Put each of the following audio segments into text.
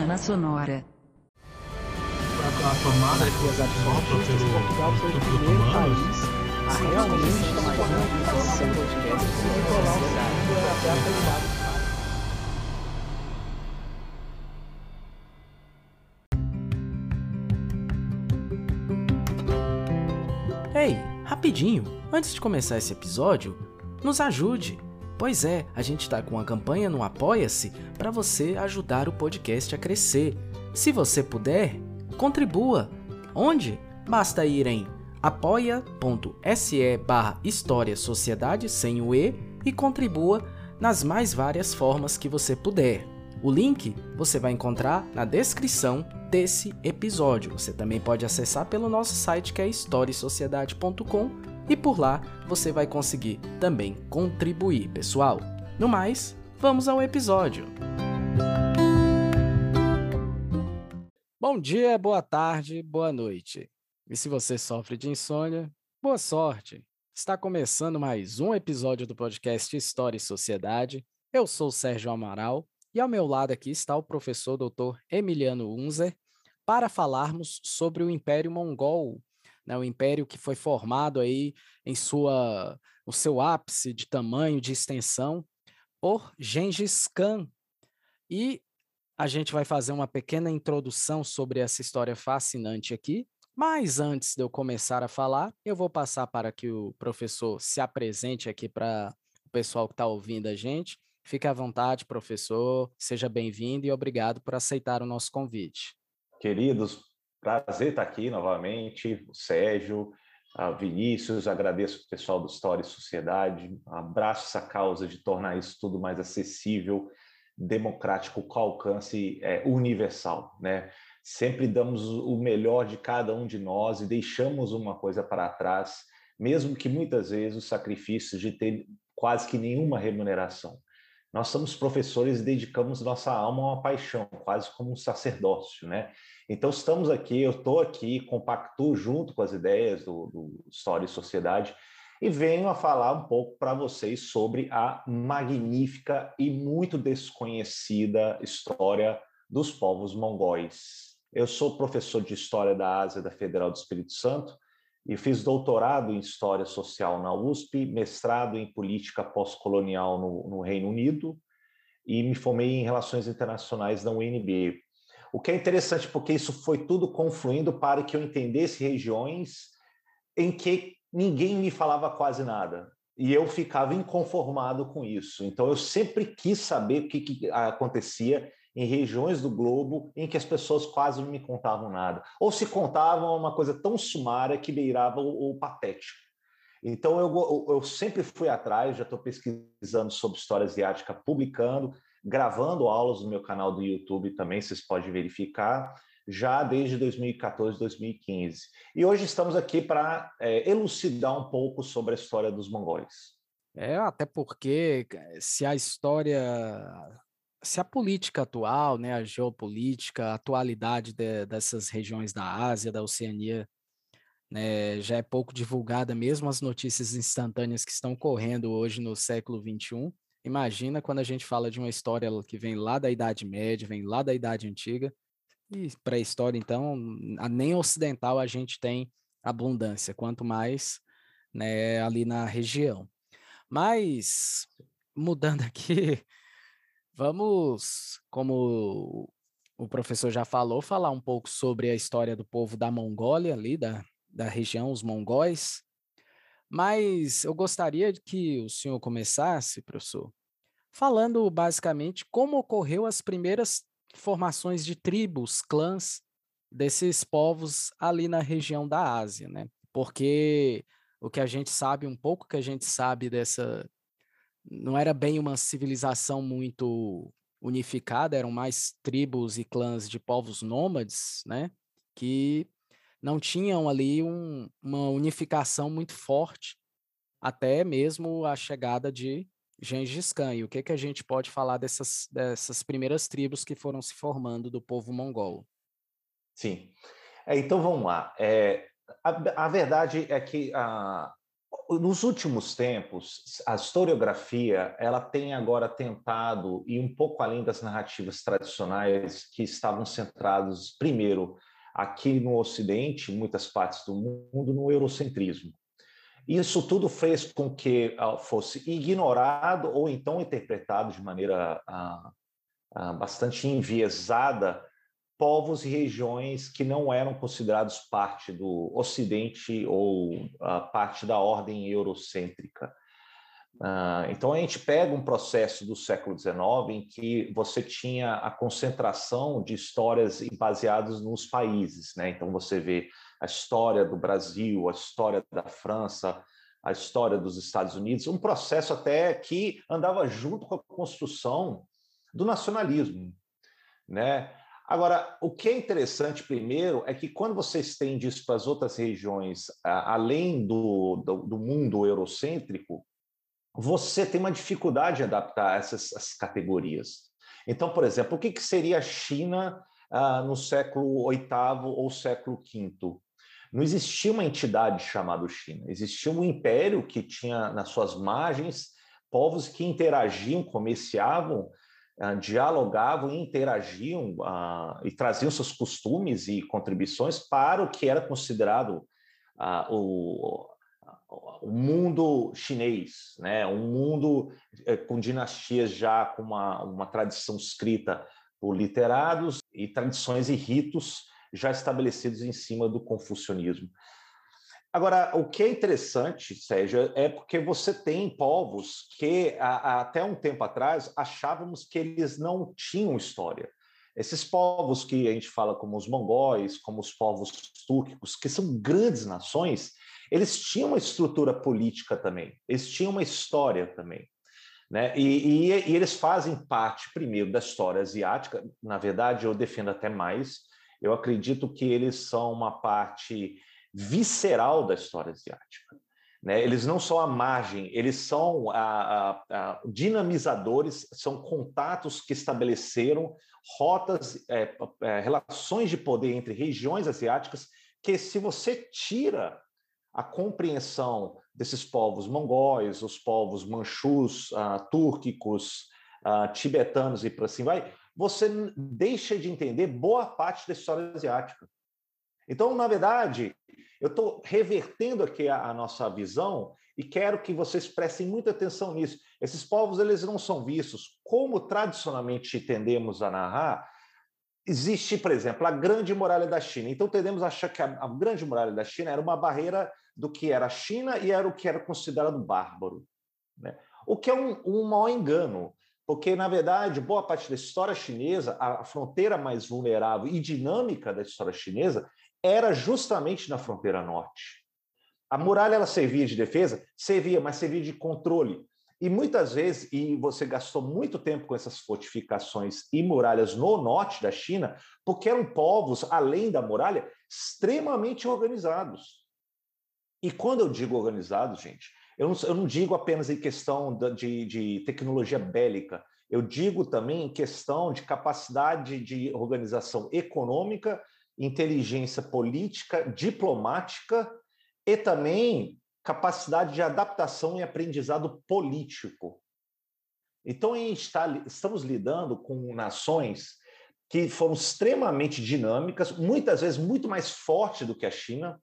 Semana Sonora. A tomada que absorve Portugal foi o primeiro país a realmente fazer uma aplicação podcast e colar o segundo até a qualidade. Ei, rapidinho, antes de começar esse episódio, nos ajude. Pois é, a gente está com uma campanha no Apoia-se para você ajudar o podcast a crescer. Se você puder, contribua. Onde? Basta ir em apoia.se/História Sociedade sem o E e contribua nas mais várias formas que você puder. O link você vai encontrar na descrição desse episódio. Você também pode acessar pelo nosso site que é historiesociedade.com e por lá você vai conseguir também contribuir, pessoal. No mais, vamos ao episódio. Bom dia, boa tarde, boa noite. E se você sofre de insônia, boa sorte. Está começando mais um episódio do podcast História e Sociedade. Eu sou o Sérgio Amaral e ao meu lado aqui está o professor Dr. Emiliano Unzer para falarmos sobre o Império Mongol, né, o império que foi formado aí no seu ápice de tamanho, de extensão, por Gengis Khan. E a gente vai fazer uma pequena introdução sobre essa história fascinante aqui, mas antes de eu começar a falar, eu vou passar para que o professor se apresente aqui para o pessoal que está ouvindo a gente. Fique à vontade, professor, seja bem-vindo e obrigado por aceitar o nosso convite. Queridos, prazer estar aqui novamente, o Sérgio, a Vinícius, agradeço o pessoal do História e Sociedade, abraço essa causa de tornar isso tudo mais acessível, democrático, com alcance universal, né? Sempre damos o melhor de cada um de nós e deixamos uma coisa para trás, mesmo que muitas vezes os sacrifícios de ter quase que nenhuma remuneração. Nós somos professores e dedicamos nossa alma a uma paixão, quase como um sacerdócio, né? Então, estamos aqui, eu estou aqui, compactuo junto com as ideias do História e Sociedade e venho a falar um pouco para vocês sobre a magnífica e muito desconhecida história dos povos mongóis. Eu sou professor de História da Ásia da Federal do Espírito Santo e fiz doutorado em História Social na USP, mestrado em Política Pós-Colonial no Reino Unido e me formei em Relações Internacionais na UNB. O que é interessante porque isso foi tudo confluindo para que eu entendesse regiões em que ninguém me falava quase nada. E eu ficava inconformado com isso. Então, eu sempre quis saber o que acontecia em regiões do globo em que as pessoas quase não me contavam nada. Ou se contavam uma coisa tão sumária que beirava o patético. Então, eu sempre fui atrás, já estou pesquisando sobre história asiática, publicando, gravando aulas no meu canal do YouTube também, vocês podem verificar, já desde 2014, 2015. E hoje estamos aqui para elucidar um pouco sobre a história dos mongóis. Até porque se a política atual, né, a geopolítica, a atualidade dessas regiões da Ásia, da Oceania, né, já é pouco divulgada, mesmo as notícias instantâneas que estão correndo hoje no século XXI. Imagina quando a gente fala de uma história que vem lá da Idade Média, vem lá da Idade Antiga, e pré-história, então, nem ocidental a gente tem abundância, quanto mais, né, ali na região. Mas, mudando aqui, vamos, como o professor já falou, falar um pouco sobre a história do povo da Mongólia, ali da região, os mongóis. Mas eu gostaria que o senhor começasse, professor, falando basicamente como ocorreu as primeiras formações de tribos, clãs desses povos ali na região da Ásia, né? Porque o que a gente sabe, um pouco que a gente sabe dessa, não era bem uma civilização muito unificada, eram mais tribos e clãs de povos nômades, né? Que não tinham ali uma unificação muito forte, até mesmo a chegada de Gengis Khan. E o que a gente pode falar dessas primeiras tribos que foram se formando do povo mongol? Sim. Então, vamos lá. A verdade é que Nos últimos tempos, a historiografia ela tem agora tentado ir um pouco além das narrativas tradicionais que estavam centradas, primeiro, aqui no Ocidente, em muitas partes do mundo, no eurocentrismo. Isso tudo fez com que fosse ignorado ou então interpretado de maneira bastante enviesada povos e regiões que não eram considerados parte do Ocidente ou parte da ordem eurocêntrica. Então, a gente pega um processo do século XIX em que você tinha a concentração de histórias baseadas nos países, né? Então, você vê a história do Brasil, a história da França, a história dos Estados Unidos, um processo até que andava junto com a construção do nacionalismo, né? Agora, o que é interessante, primeiro, é que quando você estende isso para as outras regiões, além do mundo eurocêntrico, você tem uma dificuldade de adaptar essas categorias. Então, por exemplo, o que seria a China no século VIII ou século V? Não existia uma entidade chamada China, existia um império que tinha nas suas margens povos que interagiam, comerciavam, dialogavam e interagiam e traziam seus costumes e contribuições para o que era considerado o mundo chinês, né? Um mundo com dinastias já com uma tradição escrita por literados e tradições e ritos já estabelecidos em cima do confucionismo. Agora, o que é interessante, Sérgio, é porque você tem povos que, até um tempo atrás, achávamos que eles não tinham história. Esses povos que a gente fala como os mongóis, como os povos túrquicos, que são grandes nações, eles tinham uma estrutura política também, eles tinham uma história também, né? E eles fazem parte, primeiro, da história asiática. Na verdade, eu defendo até mais. Eu acredito que eles são uma parte visceral da história asiática, né? Eles não são a margem, eles são dinamizadores, são contatos que estabeleceram rotas, relações de poder entre regiões asiáticas que, se você tira a compreensão desses povos mongóis, os povos manchus, túrquicos, tibetanos e por assim vai, você deixa de entender boa parte da história asiática. Então, na verdade, eu estou revertendo aqui a nossa visão e quero que vocês prestem muita atenção nisso. Esses povos, eles não são vistos como tradicionalmente tendemos a narrar. Existe, por exemplo, a Grande Muralha da China. Então, tendemos a achar que a Grande Muralha da China era uma barreira do que era a China e era o que era considerado bárbaro, né? O que é um maior engano, porque, na verdade, boa parte da história chinesa, a fronteira mais vulnerável e dinâmica da história chinesa era justamente na fronteira norte. A muralha ela servia de defesa? Servia, mas servia de controle. E muitas vezes, e você gastou muito tempo com essas fortificações e muralhas no norte da China, porque eram povos, além da muralha, extremamente organizados. E quando eu digo organizados, gente, eu não digo apenas em questão de tecnologia bélica, eu digo também em questão de capacidade de organização econômica, inteligência política, diplomática e também capacidade de adaptação e aprendizado político. Então, estamos lidando com nações que foram extremamente dinâmicas, muitas vezes muito mais fortes do que a China,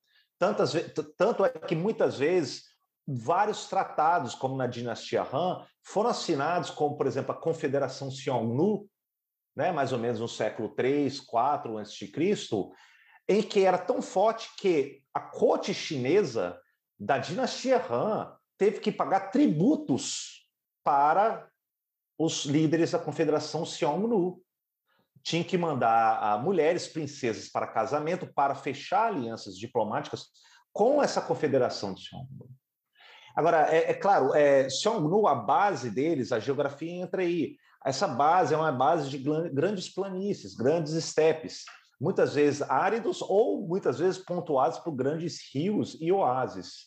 tanto é que muitas vezes vários tratados, como na dinastia Han, foram assinados, como, por exemplo, a Confederação Xiongnu, né, mais ou menos no século III, IV a.C., em que era tão forte que a corte chinesa da dinastia Han teve que pagar tributos para os líderes da Confederação Xiongnu. Tinha que mandar mulheres princesas para casamento para fechar alianças diplomáticas com essa Confederação de Xiongnu. Agora, claro, Xiongnu, a base deles, a geografia entra aí. Essa base é uma base de grandes planícies, grandes estepes, muitas vezes áridos ou muitas vezes pontuados por grandes rios e oásis.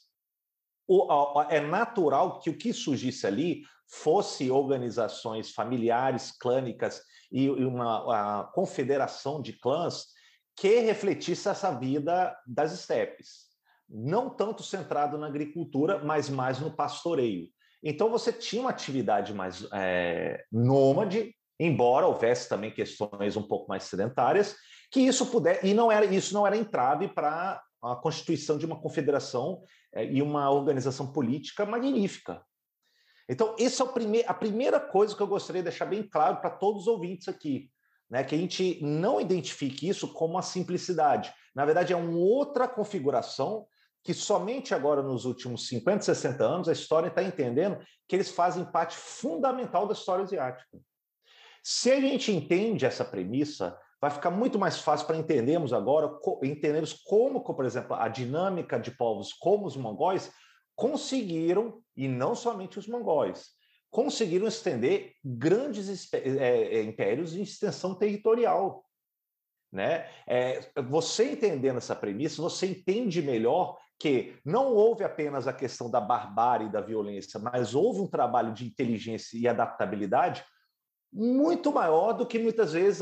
É natural que o que surgisse ali fosse organizações familiares, clânicas e uma confederação de clãs que refletisse essa vida das estepes. não tanto centrado na agricultura, mas mais no pastoreio. Então você tinha uma atividade mais nômade, embora houvesse também questões um pouco mais sedentárias, que isso isso não era entrave para a constituição de uma confederação e uma organização política magnífica. Então, essa é a primeira coisa que eu gostaria de deixar bem claro para todos os ouvintes aqui, né? Que a gente não identifique isso como uma simplicidade. Na verdade, é uma outra configuração que somente agora, nos últimos 50, 60 anos, a história está entendendo que eles fazem parte fundamental da história asiática. Se a gente entende essa premissa, vai ficar muito mais fácil para entendermos como, por exemplo, a dinâmica de povos como os mongóis conseguiram, e não somente os mongóis, conseguiram estender grandes impérios de extensão territorial. Né? Você entendendo essa premissa, você entende melhor que não houve apenas a questão da barbárie e da violência, mas houve um trabalho de inteligência e adaptabilidade muito maior do que muitas vezes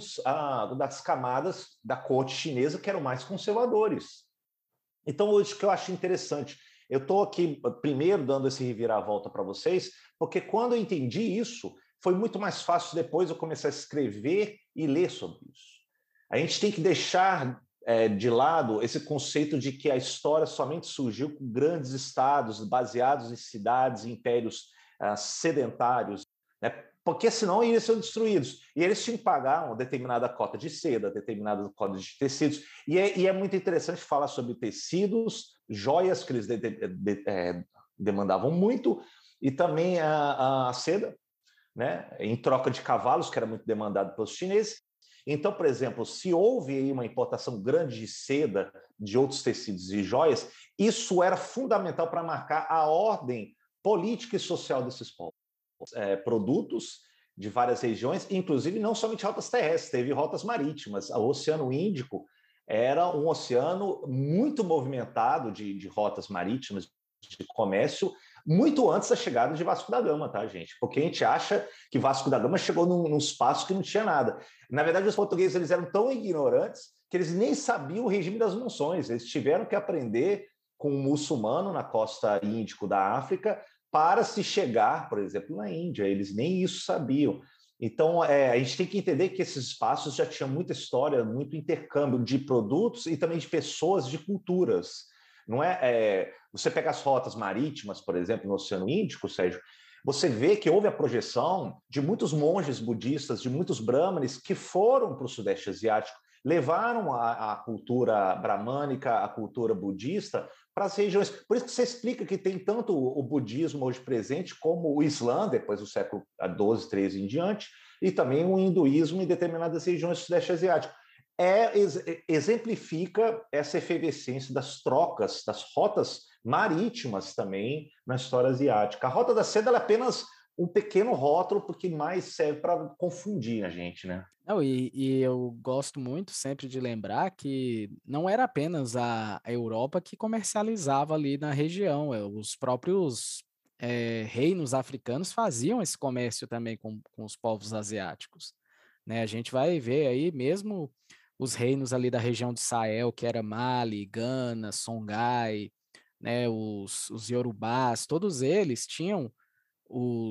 das camadas da corte chinesa que eram mais conservadores. Então, hoje que eu acho interessante, eu estou aqui primeiro dando esse reviravolta para vocês, porque quando eu entendi isso, foi muito mais fácil depois eu começar a escrever e ler sobre isso. A gente tem que deixar de lado esse conceito de que a história somente surgiu com grandes estados baseados em cidades e impérios sedentários, né? Porque senão iriam ser destruídos. E eles tinham que pagar uma determinada cota de seda, determinada cota de tecidos. E é muito interessante falar sobre tecidos, joias que eles demandavam muito, e também a seda, né? Em troca de cavalos, que era muito demandado pelos chineses. Então, por exemplo, se houve aí uma importação grande de seda, de outros tecidos e joias, isso era fundamental para marcar a ordem política e social desses povos. Produtos de várias regiões, inclusive não somente rotas terrestres, teve rotas marítimas. O Oceano Índico era um oceano muito movimentado de rotas marítimas, de comércio, muito antes da chegada de Vasco da Gama, tá, gente? Porque a gente acha que Vasco da Gama chegou num espaço que não tinha nada. Na verdade, os portugueses eles eram tão ignorantes que eles nem sabiam o regime das monções. Eles tiveram que aprender com um muçulmano na costa índico da África para se chegar, por exemplo, na Índia. Eles nem isso sabiam. Então, a gente tem que entender que esses espaços já tinham muita história, muito intercâmbio de produtos e também de pessoas, de culturas. Não você pega as rotas marítimas, por exemplo, no Oceano Índico, Sérgio, você vê que houve a projeção de muitos monges budistas, de muitos brahmanes que foram para o Sudeste Asiático, levaram a cultura bramânica, a cultura budista para as regiões. Por isso que você explica que tem tanto o budismo hoje presente como o Islã, depois do século XII, XIII em diante, e também o hinduísmo em determinadas regiões do Sudeste Asiático. Exemplifica essa efervescência das trocas, das rotas marítimas também na história asiática. A Rota da Seda é apenas um pequeno rótulo, porque mais serve para confundir a gente, né? Não, e eu gosto muito sempre de lembrar que não era apenas a Europa que comercializava ali na região, os próprios reinos africanos faziam esse comércio também com os povos asiáticos, né? A gente vai ver aí mesmo os reinos ali da região de Sahel, que era Mali, Gana, Songhai, né? Os Yorubás, todos eles tinham o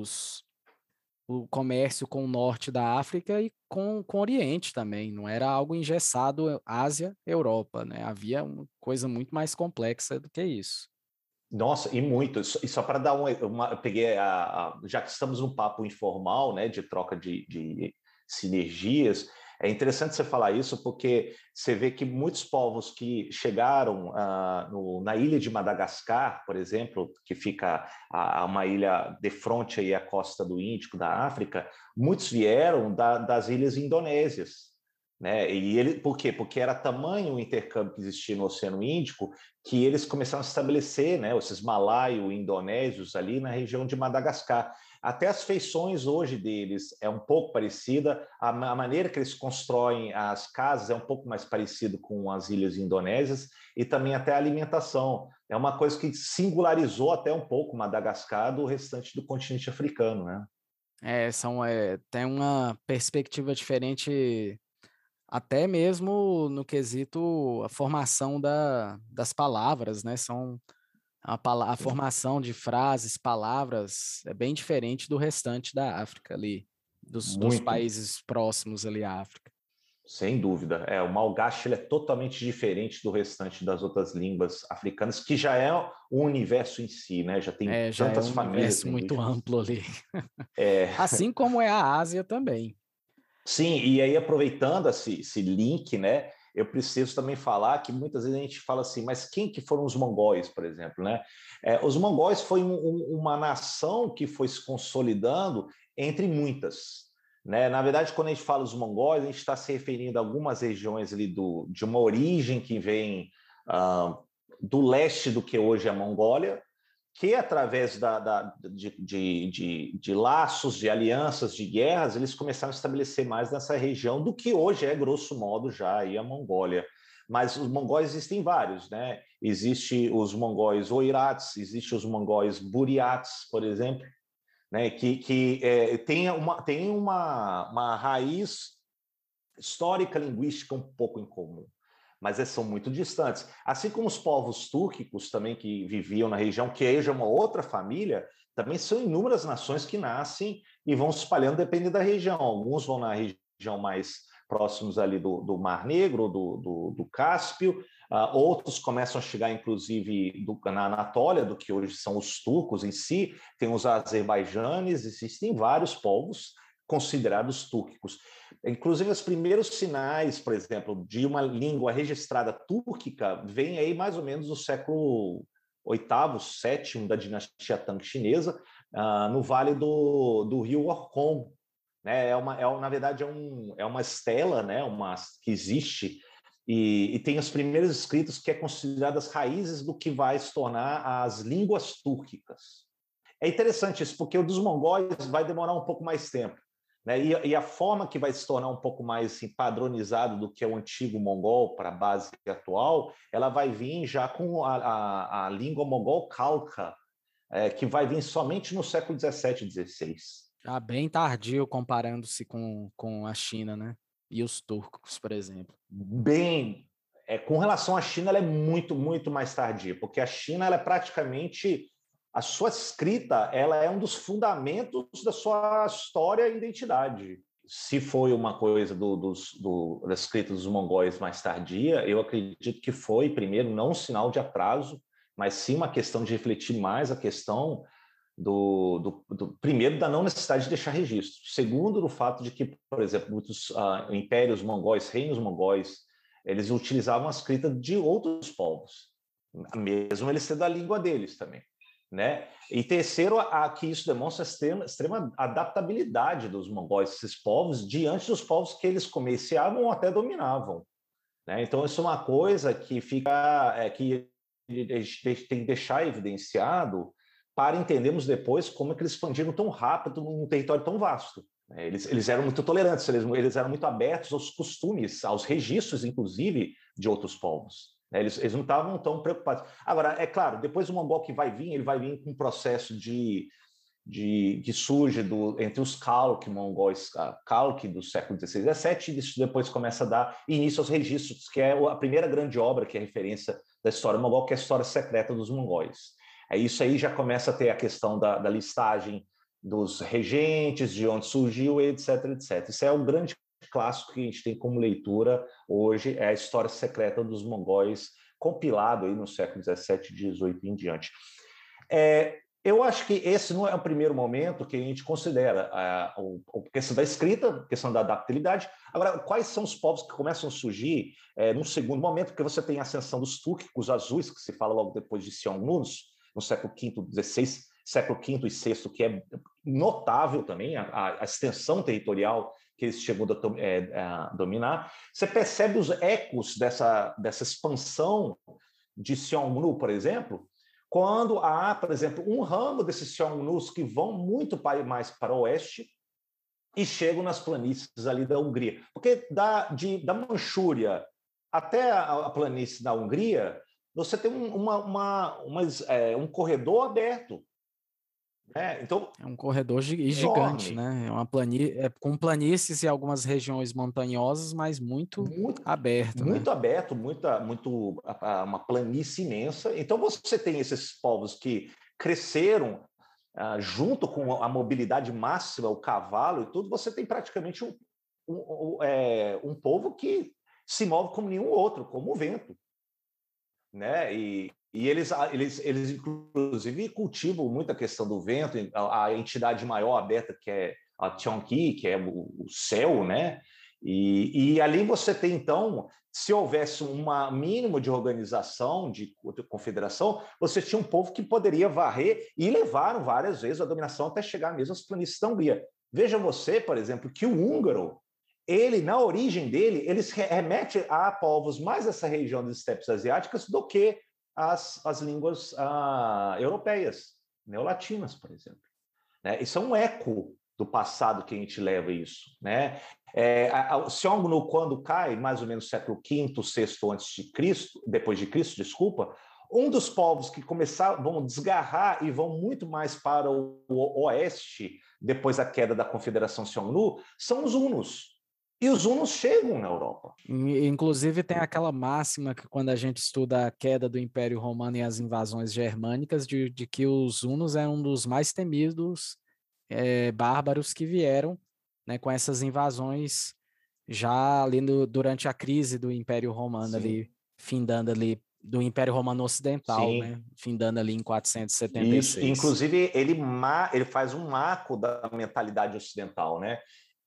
comércio com o norte da África e com o Oriente também, não era algo engessado Ásia, Europa, né? Havia uma coisa muito mais complexa do que isso. Nossa, e muito. E só para dar eu peguei já que estamos num papo informal, né, de troca de sinergias, é interessante você falar isso porque você vê que muitos povos que chegaram na ilha de Madagascar, por exemplo, que fica uma ilha de frente aí à costa do Índico, da África, muitos vieram das ilhas indonésias. Né? Por quê? Porque era tamanho o intercâmbio que existia no Oceano Índico que eles começaram a estabelecer, né, esses malaio-indonésios ali na região de Madagascar. Até as feições hoje deles é um pouco parecida, a maneira que eles constroem as casas é um pouco mais parecido com as ilhas indonésias e também até a alimentação. É uma coisa que singularizou até um pouco Madagascar do restante do continente africano, né? Tem uma perspectiva diferente Até mesmo no quesito a formação das palavras, né? A formação de frases, palavras é bem diferente do restante da África ali, dos Muito, países próximos ali à África. sem dúvida. O Malgache ele é totalmente diferente do restante das outras línguas africanas, que já é um universo em si, né? Já tem Já é tantas um famílias universo muito linguísticas. amplo ali. É, Assim como é a Ásia também. sim, e aí aproveitando esse link, né? Eu preciso também falar que muitas vezes a gente fala assim, mas quem que foram os mongóis, por exemplo, né? Os mongóis foi uma nação que foi se consolidando entre muitas, né? Na verdade, quando a gente fala os mongóis, a gente está se referindo a algumas regiões ali de uma origem que vem do leste do que hoje é a Mongólia, que através de laços, de alianças, de guerras, eles começaram a estabelecer mais nessa região do que hoje é, grosso modo, já aí a Mongólia. Mas os mongóis existem vários, né? Existem os mongóis oirats, existem os mongóis buriats, por exemplo, né? Que tem uma raiz histórica linguística um pouco em comum, mas são muito distantes. Assim como os povos túrquicos também que viviam na região, que hoje é uma outra família, também são inúmeras nações que nascem e vão se espalhando dependendo da região. Alguns vão na região mais próximos ali do Mar Negro, do Cáspio, outros começam a chegar, inclusive, na Anatólia, do que hoje são os turcos em si, tem os azerbaijanes, existem vários povos considerados túrquicos. Inclusive, os primeiros sinais, por exemplo, de uma língua registrada túrquica vem aí mais ou menos do século VIII, VII da dinastia Tang chinesa, no vale do rio Orkhon. Né? Na verdade, é uma estela, né? Que existe e tem os primeiros escritos que é considerado as raízes do que vai se tornar as línguas túrquicas. É interessante isso, porque o dos mongóis vai demorar um pouco mais tempo. Né? E a forma que vai se tornar um pouco mais assim, padronizado do que é o antigo mongol para a base atual, ela vai vir já com a língua mongol calca, que vai vir somente no século XVII e XVI. Já bem tardio comparando-se com a China, né? E os turcos, por exemplo. Bem, com relação à China, ela é muito, muito mais tardia, porque a China ela é praticamente a sua escrita, ela é um dos fundamentos da sua história e identidade. Se foi uma coisa da escrita dos mongóis mais tardia, eu acredito que foi, primeiro, não um sinal de atraso, mas sim uma questão de refletir mais a questão primeiro, da não necessidade de deixar registro. Segundo, do fato de que, por exemplo, muitos impérios mongóis, reinos mongóis, eles utilizavam a escrita de outros povos, mesmo eles sendo a língua deles também. Né? E terceiro, que isso demonstra extrema adaptabilidade dos mongóis, esses povos, diante dos povos que eles comerciavam ou até dominavam. Né? Então, isso é uma coisa que que a gente tem que deixar evidenciado para entendermos depois como é que eles expandiram tão rápido num território tão vasto. Eles eram muito tolerantes, eles eram muito abertos aos costumes, aos registros, inclusive, de outros povos. Eles não estavam tão preocupados. Agora, é claro, depois o mongol que vai vir, ele vai vir com um processo que surge entre os Khalq mongóis, Khalq do século XVI e XVII, e isso depois começa a dar início aos registros, que é a primeira grande obra, que é a referência da história mongol, que é a história secreta dos mongóis. Isso aí já começa a ter a questão da listagem dos regentes, de onde surgiu, etc, etc. Isso é um grande clássico que a gente tem como leitura hoje, é a história secreta dos mongóis, compilado aí no século XVII, XVIII e em diante. Eu acho que esse não é o primeiro momento que a gente considera a questão da escrita, a questão da adaptabilidade. Agora, quais são os povos que começam a surgir num segundo momento? Porque você tem a ascensão dos túrquicos azuis, que se fala logo depois de Xiongnu, no século V, XVI, século V e VI, que é notável também, a extensão territorial que eles chegam a dominar. Você percebe os ecos dessa expansão de Xiongnu, por exemplo, quando há, por exemplo, um ramo desses Xiongnu's que vão muito mais para o oeste e chegam nas planícies ali da Hungria. Porque da Manchúria até a planície da Hungria, você tem um corredor aberto. Então, é um corredor gigante, né? É uma com planícies e algumas regiões montanhosas, mas muito aberto, né? Muito aberto, uma planície imensa. Então, você tem esses povos que cresceram junto com a mobilidade máxima, o cavalo e tudo, você tem praticamente um povo que se move como nenhum outro, como o vento, né? E eles inclusive, cultivam muito a questão do vento, a entidade maior aberta, que é a Tionqi, que é o céu, né? E ali você tem, então, se houvesse um mínimo de organização, de confederação, você tinha um povo que poderia varrer, e levaram várias vezes a dominação até chegar mesmo às planícies da Hungria. Veja você, por exemplo, que o húngaro, ele, na origem dele, ele se remete a povos mais dessa região das estepes asiáticas do que as línguas europeias, neolatinas, por exemplo. Né? Isso é um eco do passado que a gente leva isso. Né? O Xiongnu, quando cai, mais ou menos século V, VI antes de Cristo, depois de Cristo, desculpa, um dos povos que vão desgarrar e vão muito mais para o oeste, depois da queda da Confederação Xiongnu, são os hunos. E os hunos chegam na Europa. Inclusive, tem aquela máxima que, quando a gente estuda a queda do Império Romano e as invasões germânicas, de que os hunos eram um dos mais temidos bárbaros que vieram, né, com essas invasões já ali durante a crise do Império Romano, Sim. ali, findando ali, do Império Romano Ocidental, Sim. né, findando ali em 476. Isso. Inclusive, ele faz um marco da mentalidade ocidental, né?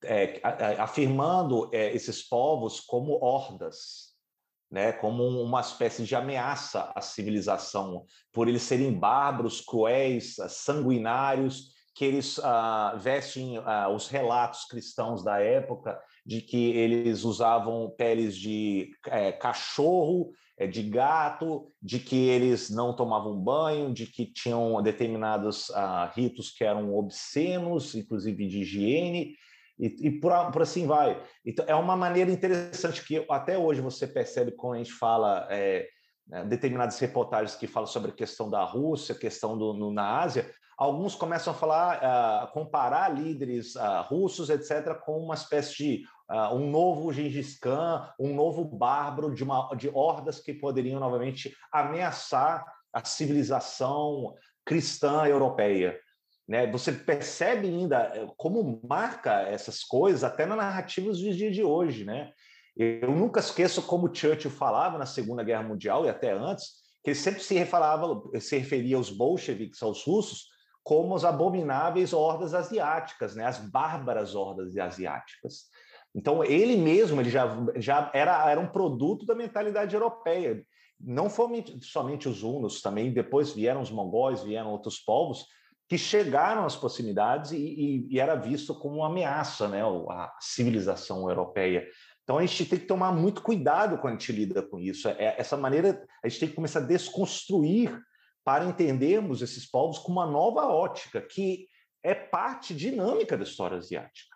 Afirmando esses povos como hordas, né, como uma espécie de ameaça à civilização, por eles serem bárbaros, cruéis, sanguinários, que eles vestem os relatos cristãos da época de que eles usavam peles de cachorro, de gato, de que eles não tomavam banho, de que tinham determinados ritos que eram obscenos, inclusive de higiene, e por assim vai. Então, é uma maneira interessante que até hoje você percebe quando a gente fala determinadas reportagens que falam sobre a questão da Rússia, a questão na Ásia, alguns começam a falar, comparar líderes russos, etc., com uma espécie de um novo Gengis Khan, um novo bárbaro de hordas que poderiam novamente ameaçar a civilização cristã europeia. Né? Você percebe ainda como marca essas coisas até nas narrativas dos dias de hoje. Né? Eu nunca esqueço como Churchill falava na Segunda Guerra Mundial e até antes, que ele sempre se referia aos bolcheviques, aos russos, como as abomináveis hordas asiáticas, né? As bárbaras hordas asiáticas. Então, ele mesmo já era um produto da mentalidade europeia. Não somente os hunos, também depois vieram os mongóis, vieram outros povos, que chegaram às proximidades e era visto como uma ameaça, né, a civilização europeia. Então, a gente tem que tomar muito cuidado quando a gente lida com isso. Essa maneira, a gente tem que começar a desconstruir para entendermos esses povos com uma nova ótica, que é parte dinâmica da história asiática.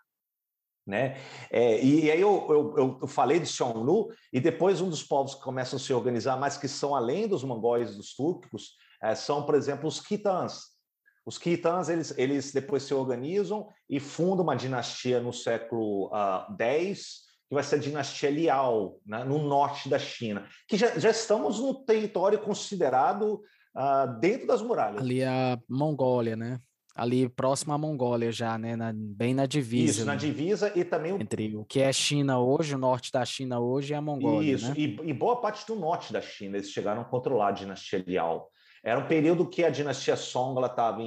Né? E aí eu falei de Xiongnu, e depois um dos povos que começam a se organizar, mas que são além dos mongóis e dos túrquicos, são, por exemplo, os quitãs. Os quitãs, eles depois se organizam e fundam uma dinastia no século X, que vai ser a dinastia Liao, né, no norte da China, que já estamos no território considerado dentro das muralhas. Ali a Mongólia, né? Ali próximo à Mongólia já, né? Bem na divisa. Isso, na divisa, e também... Entre o que é China hoje, o norte da China hoje, e a Mongólia, isso, né? E boa parte do norte da China, eles chegaram a controlar a dinastia Liao. Era um período que a dinastia Song estava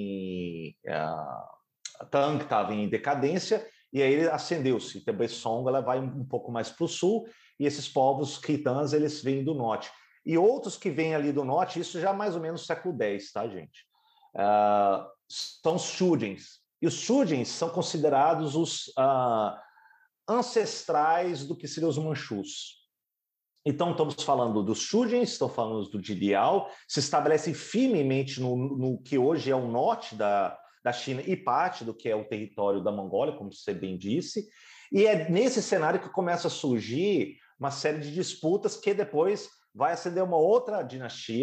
Tang estava em decadência, e aí ele acendeu-se. Também Song ela vai um pouco mais para o sul, e esses povos quitãs, eles vêm do norte. E outros que vêm ali do norte, isso já mais ou menos no século X, tá, gente? São os Shudins. E os Shudins são considerados os ancestrais do que seriam os Manchus. Então, estamos falando dos Shudins, estamos falando do Liao, se estabelecem firmemente no que hoje é o norte da China e parte do que é o território da Mongólia, como você bem disse, e é nesse cenário que começa a surgir uma série de disputas que depois vai acender uma outra dinastia,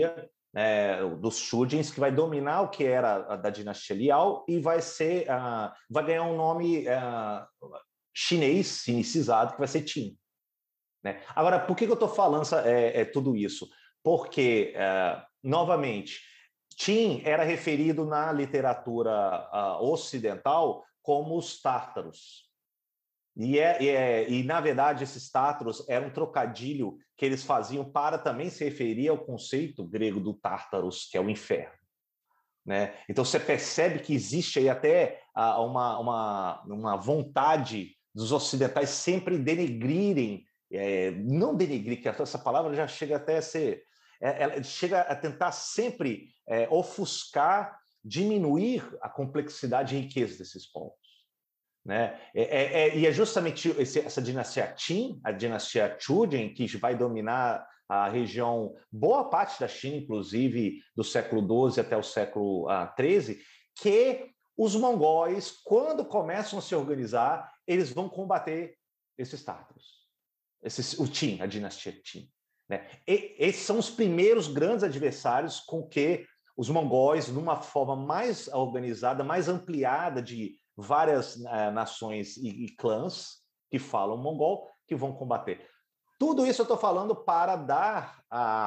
dos Shujins, que vai dominar o que era da dinastia Liao e vai ganhar um nome chinês, sinicizado, que vai ser Qin. Né? Agora, por que eu estou falando tudo isso? Porque, novamente, Qin era referido na literatura ocidental como os tártaros. E, na verdade, esses tártaros eram um trocadilho que eles faziam para também se referir ao conceito grego do tártaros, que é o inferno. Né? Então, você percebe que existe aí até uma vontade dos ocidentais sempre denegrirem, não denegrir, que essa palavra já chega até a ser... ela chega a tentar sempre ofuscar, diminuir a complexidade e riqueza desses povos. Né? E é justamente essa dinastia Qin, a dinastia Chujin, que vai dominar a região, boa parte da China, inclusive do século XII até o século XIII, que os mongóis, quando começam a se organizar, eles vão combater esses tártaros, o Qin, a dinastia Qin. Né? Esses são os primeiros grandes adversários com que os mongóis, numa forma mais organizada, mais ampliada de várias nações e clãs que falam mongol, que vão combater. Tudo isso eu estou falando para dar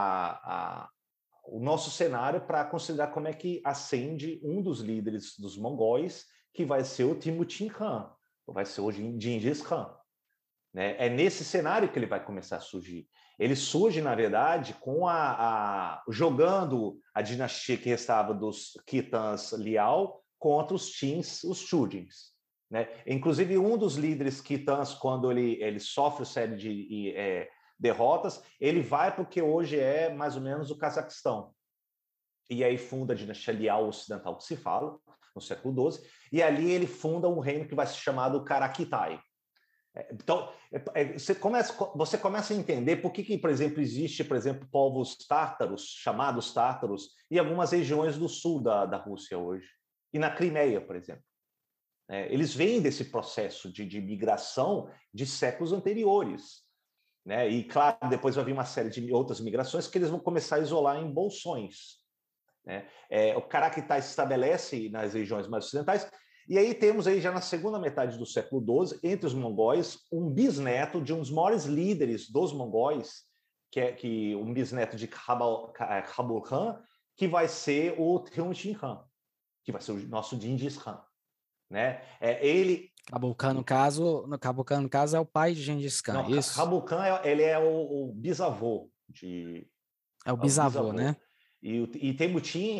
o nosso cenário para considerar como é que ascende um dos líderes dos mongóis, que vai ser o Temujin Khan, vai ser o Gengis Khan. Né? É nesse cenário que ele vai começar a surgir. Ele surge, na verdade, jogando a dinastia que restava dos Khitans Liao contra os Qins, os Shujins. Né? Inclusive, um dos líderes Khitans, quando ele sofre série de derrotas, ele vai porque hoje é mais ou menos o Cazaquistão. E aí funda a dinastia Liao Ocidental, que se fala, no século XII, e ali ele funda um reino que vai se chamar do Karakitai. Então, você começa a entender por que, por exemplo, existe, por exemplo, povos tártaros, chamados tártaros, em algumas regiões do sul da Rússia hoje. E na Crimeia, por exemplo. Eles vêm desse processo de migração de séculos anteriores. Né? E, claro, depois vai vir uma série de outras migrações que eles vão começar a isolar em bolsões. Né? O Karakitai se estabelece nas regiões mais ocidentais, e aí temos aí já na segunda metade do século XII, entre os mongóis, um bisneto de um dos maiores líderes dos mongóis, um bisneto de Khabul Khan, que vai ser o Temujin Khan, que vai ser o nosso Gengis Khan. Né? Khabul Khan, no caso, é o pai de Gengis Khan, não, isso? Khabul Khan ele é o bisavô de... É o bisavô, né? E Temujin,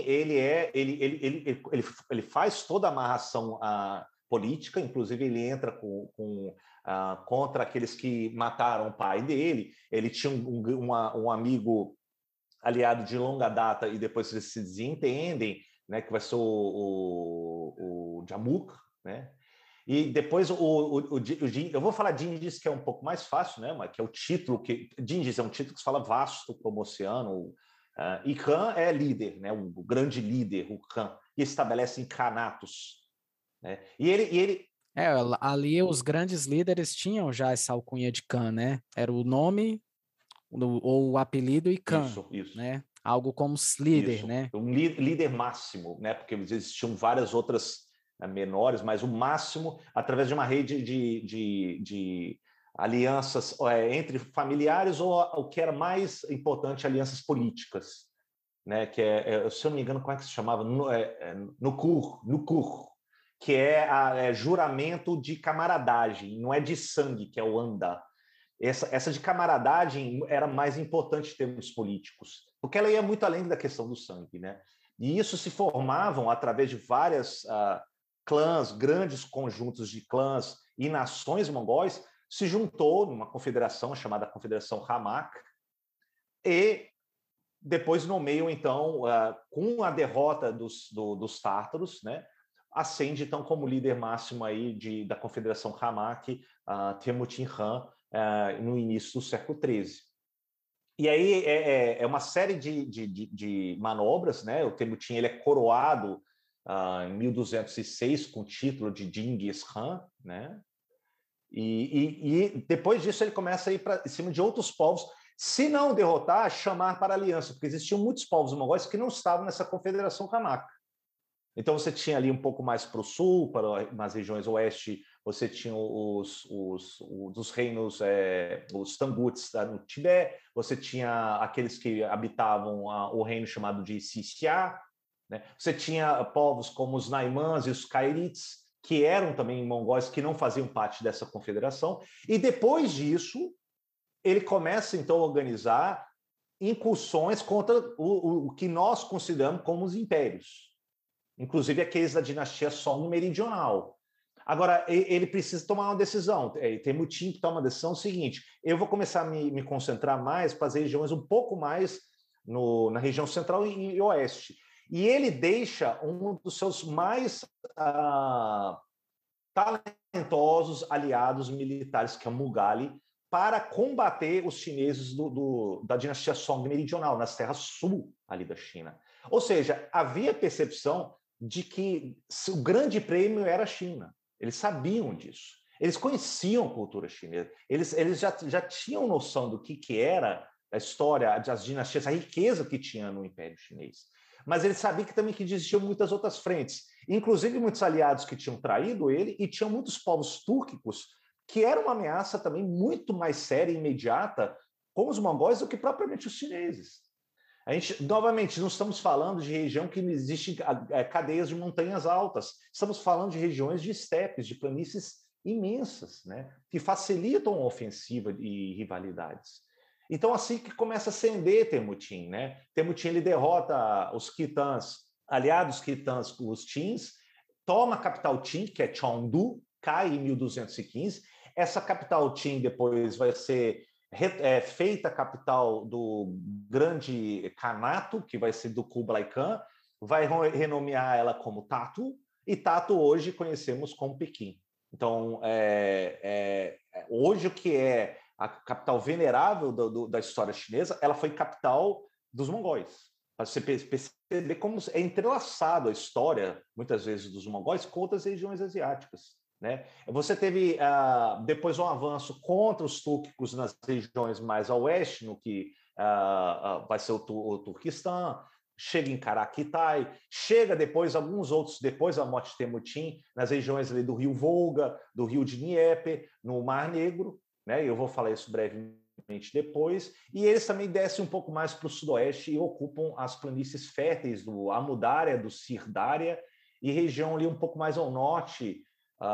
ele faz toda a amarração política, inclusive ele entra contra aqueles que mataram o pai dele. Ele tinha um amigo aliado de longa data e depois eles se desentendem, né, que vai ser o Jamuk, né? E depois eu vou falar Gengis, que é um pouco mais fácil, né? Mas que é o título que Gengis é um título que se fala vasto como oceano. E Khan é líder, né? O grande líder, o Khan, e estabelece incanatos. Né? E ele ali os grandes líderes tinham já essa alcunha de Khan, né? Era o nome ou o apelido e Khan, isso. Né? Algo como líder, isso. Né? Um líder máximo, né? Porque existiam várias outras menores, mas o máximo através de uma rede de alianças entre familiares ou o que era mais importante, alianças políticas, né? Que se eu não me engano, como é que se chamava? Nukur, que é juramento de camaradagem, não é de sangue, que é o anda. Essa de camaradagem era mais importante em termos políticos, porque ela ia muito além da questão do sangue, né? E isso se formavam através de várias clãs, grandes conjuntos de clãs e nações mongóis, se juntou numa confederação chamada Confederação Hamak, e depois nomeiam, então, com a derrota dos tártaros, né, ascende, então, como líder máximo aí da Confederação Hamak, Temujin Khan, no início do século XIII. E aí é uma série de manobras, né? O Temujin ele é coroado em 1206 com o título de Gengis Khan, né? E depois disso ele começa a ir para cima de outros povos Se não derrotar, chamar para aliança, porque existiam muitos povos mongóis que não estavam nessa confederação canaca. Então você tinha ali um pouco mais para o sul, nas regiões oeste, você tinha os reinos, os tanguts no Tibete, você tinha aqueles que habitavam o reino chamado de Xixia, né? Você tinha povos como os Naimãs e os Kairites, que eram também mongóis, que não faziam parte dessa confederação, e depois disso, ele começa então a organizar incursões contra o que nós consideramos como os impérios, inclusive aqueles da dinastia Song meridional. Agora, ele precisa tomar uma decisão. Temutin que toma a decisão seguinte: eu vou começar a me concentrar mais para as regiões um pouco mais na região central e oeste. E ele deixa um dos seus mais talentosos aliados militares, que é o Mughali, para combater os chineses da dinastia Song meridional, nas terras sul ali da China. Ou seja, havia percepção de que o grande prêmio era a China. Eles sabiam disso. Eles conheciam a cultura chinesa. Eles já tinham noção do que era a história das dinastias, a riqueza que tinha no Império Chinês. Mas eles sabiam que também existiam muitas outras frentes, inclusive muitos aliados que tinham traído ele, e tinham muitos povos túrquicos que eram uma ameaça também muito mais séria e imediata com os mongóis do que propriamente os chineses. Novamente, não estamos falando de região que existem cadeias de montanhas altas, estamos falando de regiões de estepes, de planícies imensas, né, que facilitam a ofensiva e rivalidades. Então, assim que começa a ascender Temutin, né? Temutin ele derrota os quitãs, aliados quitãs, os Tins, toma a capital Tin, que é Chengdu, cai em 1215. Essa capital Tin depois vai ser feita capital do grande Kanato, que vai ser do Kublai Khan, vai renomear ela como Tatu, e Tatu hoje conhecemos como Pequim. Então, hoje o que é a capital venerável da história chinesa, ela foi capital dos mongóis. Para você perceber como é entrelaçado a história, muitas vezes, dos mongóis com outras regiões asiáticas, né? Você teve depois um avanço contra os túrquicos nas regiões mais a oeste, no que vai ser o Turquistão, chega em Karaquitai, chega depois, alguns outros, depois da morte de Temutin, nas regiões ali do rio Volga, do rio de Dnieper, no Mar Negro, né? Eu vou falar isso brevemente depois, e eles também descem um pouco mais para o sudoeste e ocupam as planícies férteis do Amudária, do Sirdária, e região ali um pouco mais ao norte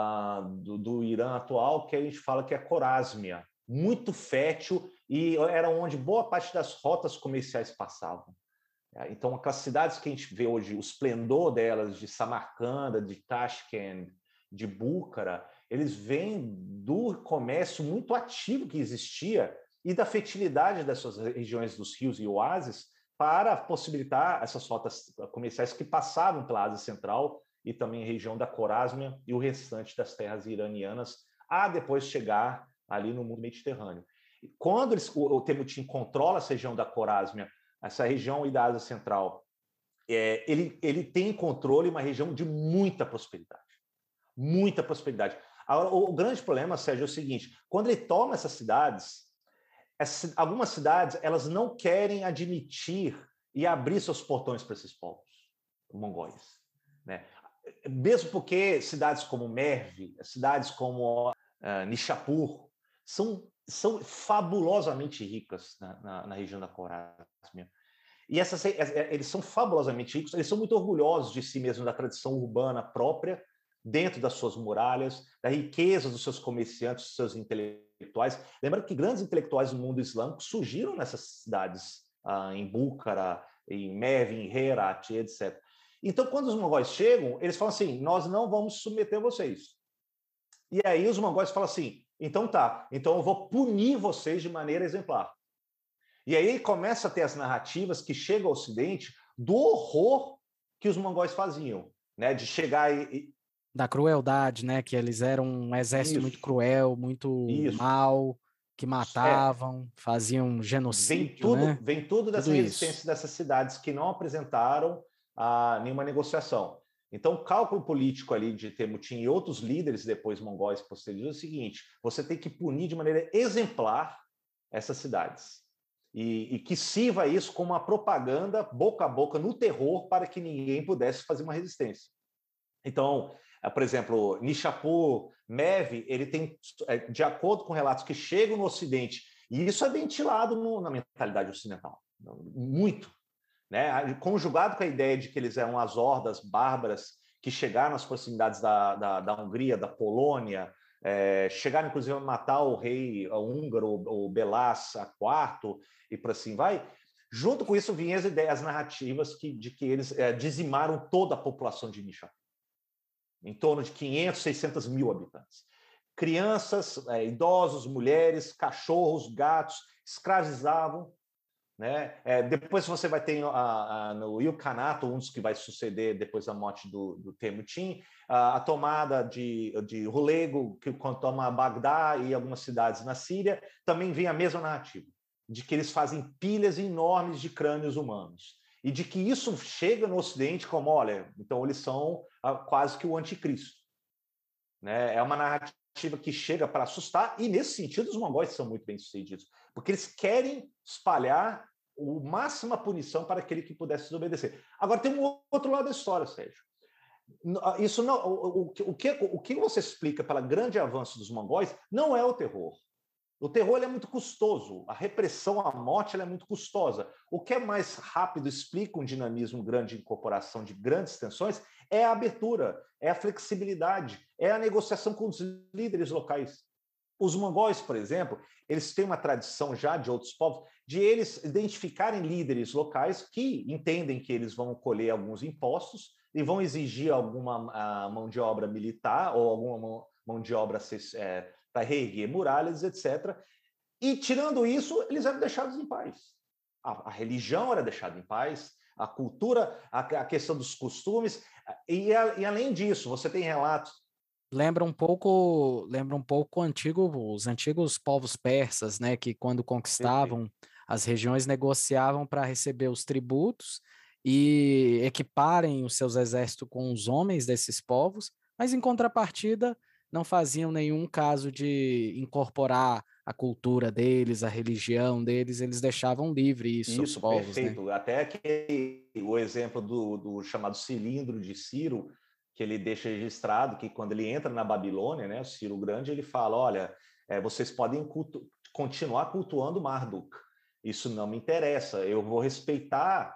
do Irã atual, que a gente fala que é a Corásmia, muito fértil, e era onde boa parte das rotas comerciais passavam. Então, aquelas cidades que a gente vê hoje, o esplendor delas, de Samarcanda, de Tashkent, de Búcara, eles vêm do comércio muito ativo que existia e da fertilidade dessas regiões dos rios e oásis para possibilitar essas rotas comerciais que passavam pela Ásia Central e também a região da Corásmia e o restante das terras iranianas, a depois chegar ali no mundo mediterrâneo. Quando o Temutin controla essa região da Corásmia, essa região e da Ásia Central, ele tem controle uma região de muita prosperidade. Muita prosperidade. Agora, o grande problema, Sérgio, é o seguinte: quando ele toma essas cidades, algumas cidades elas não querem admitir e abrir seus portões para esses povos mongóis, né? Mesmo porque cidades como Merv, cidades como Nishapur, são fabulosamente ricas na região da Corásmia. E eles são fabulosamente ricos, eles são muito orgulhosos de si mesmos, da tradição urbana própria, dentro das suas muralhas, da riqueza dos seus comerciantes, dos seus intelectuais. Lembrando que grandes intelectuais do mundo islâmico surgiram nessas cidades, em Búcara, em Merv, em Herat, etc. Então, quando os mongóis chegam, eles falam assim: nós não vamos submeter vocês. E aí os mongóis falam assim: então tá, então eu vou punir vocês de maneira exemplar. E aí começa a ter as narrativas que chegam ao Ocidente do horror que os mongóis faziam, né? De chegar da crueldade, né? Que eles eram um exército muito cruel, muito mau, que matavam, faziam genocídio, vem tudo dessa resistência dessas cidades que não apresentaram nenhuma negociação. Então, o cálculo político ali de Temutin e outros líderes depois mongóis posteriores é o seguinte: você tem que punir de maneira exemplar essas cidades. e que sirva isso como uma propaganda boca a boca no terror para que ninguém pudesse fazer uma resistência. Então, por exemplo, Nishapur Mev, ele tem, de acordo com relatos que chegam no Ocidente, e isso é ventilado na mentalidade ocidental, muito, né? Conjugado com a ideia de que eles eram as hordas bárbaras que chegaram às proximidades da Hungria, da Polônia, chegaram inclusive a matar o rei húngaro, o Belás IV, e por assim vai. Junto com isso vinham as ideias narrativas de que eles dizimaram toda a população de Nishapur, em torno de 500, 600 mil habitantes. Crianças, idosos, mulheres, cachorros, gatos, escravizavam, né? Depois você vai ter no Ilkhanato, um dos que vai suceder depois da morte do Temujin, a tomada de Hulego, que quando toma Bagdá e algumas cidades na Síria, também vem a mesma narrativa, de que eles fazem pilhas enormes de crânios humanos. E de que isso chega no Ocidente como, olha, então eles são quase que o anticristo, né? É uma narrativa que chega para assustar, e nesse sentido os mongóis são muito bem-sucedidos, porque eles querem espalhar o máxima punição para aquele que pudesse desobedecer. Agora tem um outro lado da história, Sérgio. Isso não, o que você explica pelo grande avanço dos mongóis não é o terror. O terror ele é muito custoso, a repressão à morte ela é muito custosa. O que é mais rápido, explica um dinamismo grande de incorporação de grandes tensões, é a abertura, é a flexibilidade, é a negociação com os líderes locais. Os mongóis, por exemplo, eles têm uma tradição já de outros povos de eles identificarem líderes locais que entendem que eles vão colher alguns impostos e vão exigir alguma mão de obra militar ou alguma mão de obra para reerguer muralhas, etc. E, tirando isso, eles eram deixados em paz. A religião era deixada em paz, a cultura, a questão dos costumes, e além disso, você tem relatos. Lembra um pouco os antigos povos persas, né, que quando conquistavam as regiões negociavam para receber os tributos e equiparem os seus exércitos com os homens desses povos, mas em contrapartida não faziam nenhum caso de incorporar a cultura deles, a religião deles, eles deixavam livre isso os povos, perfeito. Né? Até o exemplo do chamado cilindro de Ciro, que ele deixa registrado que quando ele entra na Babilônia, né, o Ciro Grande, ele fala, olha, vocês podem continuar cultuando Marduk, isso não me interessa, eu vou respeitar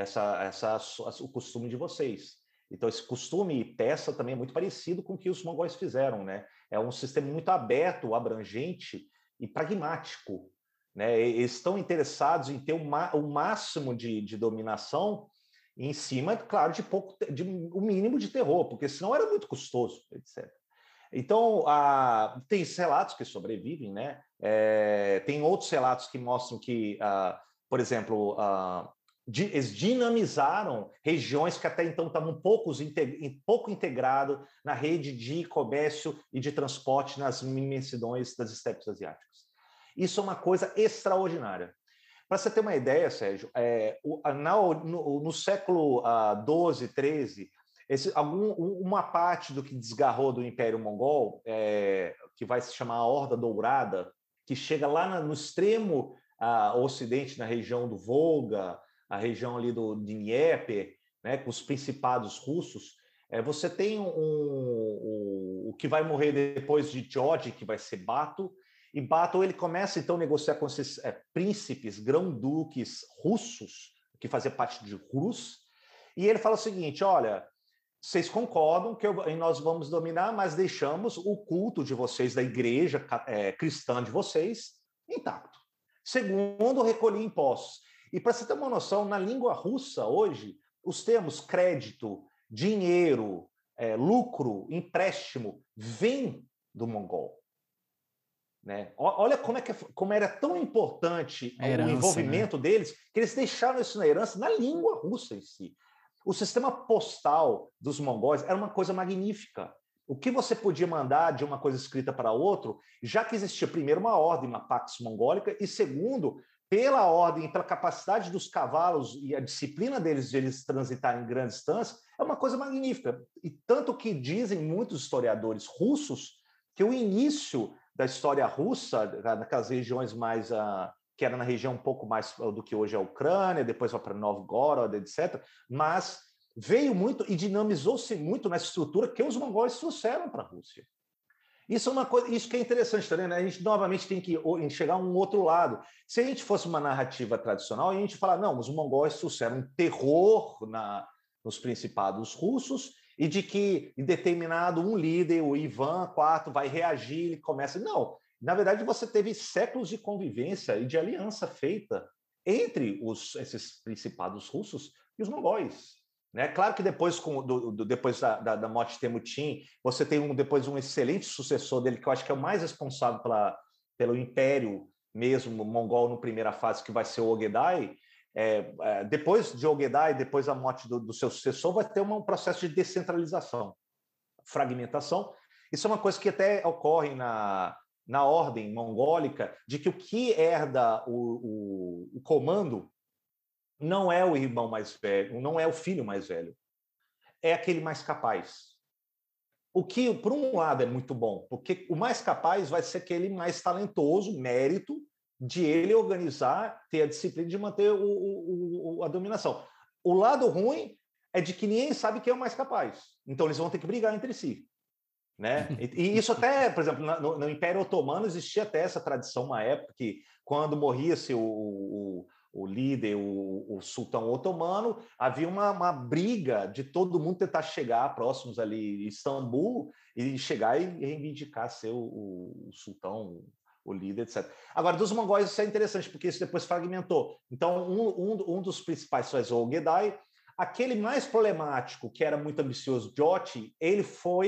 o costume de vocês. Então, esse costume persa também é muito parecido com o que os mongóis fizeram, né? É um sistema muito aberto, abrangente e pragmático, né? Eles estão interessados em ter o máximo de dominação em cima, claro, de um mínimo de terror, porque senão era muito custoso, etc. Então, tem relatos que sobrevivem, né? Tem outros relatos que mostram que, por exemplo, eles dinamizaram regiões que até então estavam pouco integradas na rede de comércio e de transporte nas imensidões das estepes asiáticas. Isso é uma coisa extraordinária. Para você ter uma ideia, Sérgio, no século XII, XIII, uma parte do que desgarrou do Império Mongol, que vai se chamar a Horda Dourada, que chega lá no extremo ocidente, na região do Volga, a região ali de Dnieper, né, com os principados russos, você tem o que vai morrer depois de George, que vai ser Bato, e Bato ele começa então a negociar com esses príncipes, grão-duques russos, que faziam parte de Rus, e ele fala o seguinte, olha, vocês concordam que nós vamos dominar, mas deixamos o culto de vocês, da igreja cristã de vocês, intacto. Segundo, recolher impostos. E para você ter uma noção, na língua russa hoje, os termos crédito, dinheiro, lucro, empréstimo, vêm do mongol. Né? Olha como era tão importante o envolvimento, né, deles, que eles deixaram isso na herança, na língua russa em si. O sistema postal dos mongóis era uma coisa magnífica. O que você podia mandar de uma coisa escrita para outro, já que existia, primeiro, uma ordem, uma pax mongólica, e segundo, pela ordem, pela capacidade dos cavalos e a disciplina deles de eles transitarem em grandes distâncias, é uma coisa magnífica. E tanto que dizem muitos historiadores russos que o início da história russa, naquelas regiões mais que era na região um pouco mais do que hoje é a Ucrânia, depois vai para Novgorod, etc. Mas veio muito e dinamizou-se muito nessa estrutura que os mongóis trouxeram para a Rússia. Isso é uma coisa, isso que é interessante também, né? A gente novamente tem que enxergar um outro lado. Se a gente fosse uma narrativa tradicional, a gente fala, não, os mongóis trouxeram um terror nos principados russos e de que em determinado um líder, o Ivan IV, vai reagir e começa. Não, na verdade você teve séculos de convivência e de aliança feita entre esses principados russos e os mongóis. Né? Claro que depois, depois da morte de Temutin, você tem depois um excelente sucessor dele, que eu acho que é o mais responsável pelo império mesmo mongol na primeira fase, que vai ser o Ogedai. Depois de Ogedai, depois da morte do seu sucessor, vai ter um processo de descentralização, fragmentação. Isso é uma coisa que até ocorre na ordem mongólica, de que o que herda o comando não é o irmão mais velho, não é o filho mais velho, é aquele mais capaz. O que, por um lado, é muito bom, porque o mais capaz vai ser aquele mais talentoso, mérito de ele organizar, ter a disciplina de manter a dominação. O lado ruim é de que ninguém sabe quem é o mais capaz. Então, eles vão ter que brigar entre si. Né? E isso até, por exemplo, no Império Otomano existia até essa tradição, uma época que, quando morria-se o líder, o sultão otomano, havia uma briga de todo mundo tentar chegar próximos ali em Istambul e chegar e reivindicar ser o sultão, o líder, etc. Agora, dos mongóis isso é interessante, porque isso depois fragmentou. Então, um dos principais foi o Ogedai. Aquele mais problemático, que era muito ambicioso, Joti, ele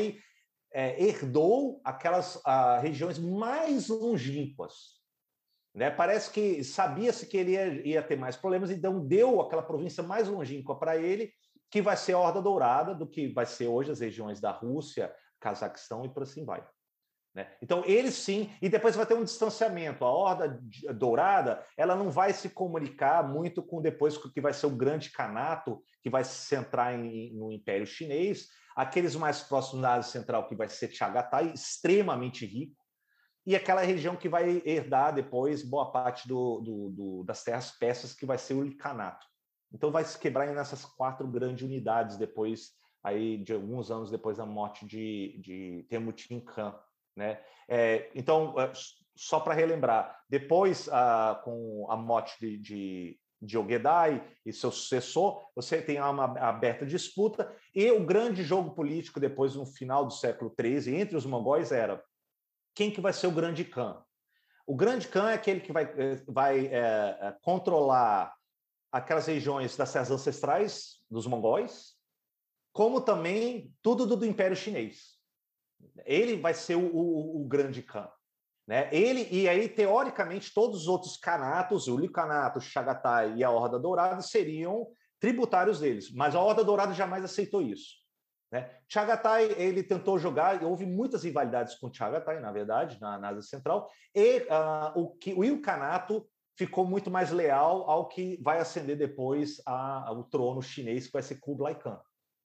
herdou aquelas regiões mais longínquas. Né? Parece que sabia-se que ele ia ter mais problemas, então deu aquela província mais longínqua para ele, que vai ser a Horda Dourada, do que vai ser hoje as regiões da Rússia, Cazaquistão e por assim vai. Né? Então, ele sim, e depois vai ter um distanciamento. A Horda Dourada ela não vai se comunicar muito com depois o que vai ser o Grande Kanato, que vai se centrar no Império Chinês, aqueles mais próximos da Ásia Central, que vai ser Chagatai, extremamente rico, e aquela região que vai herdar depois boa parte das terras persas, que vai ser o Ilkhanato. Então vai se quebrar nessas 4 grandes unidades depois, aí, de alguns anos depois da morte de Temutin Khan. Né? Então, só para relembrar, depois, com a morte de Ogedai e seu sucessor, você tem uma aberta disputa, e o grande jogo político depois, no final do século XIII, entre os mongóis, era quem que vai ser o Grande Khan? O Grande Khan é aquele que vai controlar aquelas regiões das terras ancestrais dos mongóis, como também tudo do Império Chinês. Ele vai ser o Grande Khan. Né? E aí, teoricamente, todos os outros canatos, o Ilkhanato, o Chagatai e a Horda Dourada, seriam tributários deles, mas a Horda Dourada jamais aceitou isso. Né? Chagatai, ele tentou jogar, houve muitas rivalidades com Chagatai, na verdade, na Ásia Central, e o Ilkhanato ficou muito mais leal ao que vai ascender depois ao trono chinês, que vai ser Kublai Khan,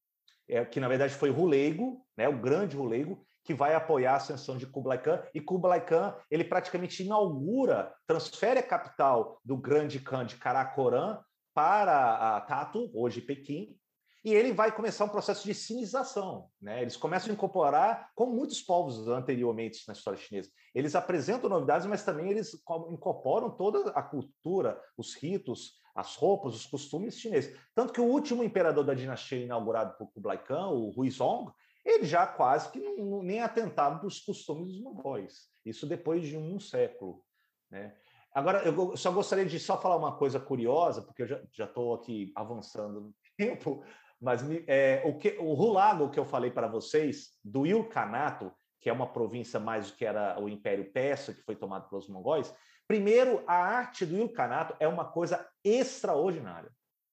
que na verdade foi Hulegu, né, o grande Hulegu, que vai apoiar a ascensão de Kublai Khan, e Kublai Khan, ele praticamente transfere a capital do Grande Khan de Karakoram para Tatu, hoje Pequim, e ele vai começar um processo de sinização. Né? Eles começam a incorporar, como muitos povos anteriormente na história chinesa, eles apresentam novidades, mas também eles incorporam toda a cultura, os ritos, as roupas, os costumes chineses. Tanto que o último imperador da dinastia inaugurado por Kublai Khan, o Huizong, ele já quase que nem atentava para os costumes dos mongóis. Isso depois de um século. Né? Agora, eu só gostaria de falar uma coisa curiosa, porque eu já estou aqui avançando no tempo, mas o Hulagu que eu falei para vocês, do Ilkhanato, que é uma província mais do que era o Império Persa, que foi tomado pelos mongóis, primeiro, a arte do Ilkhanato é uma coisa extraordinária.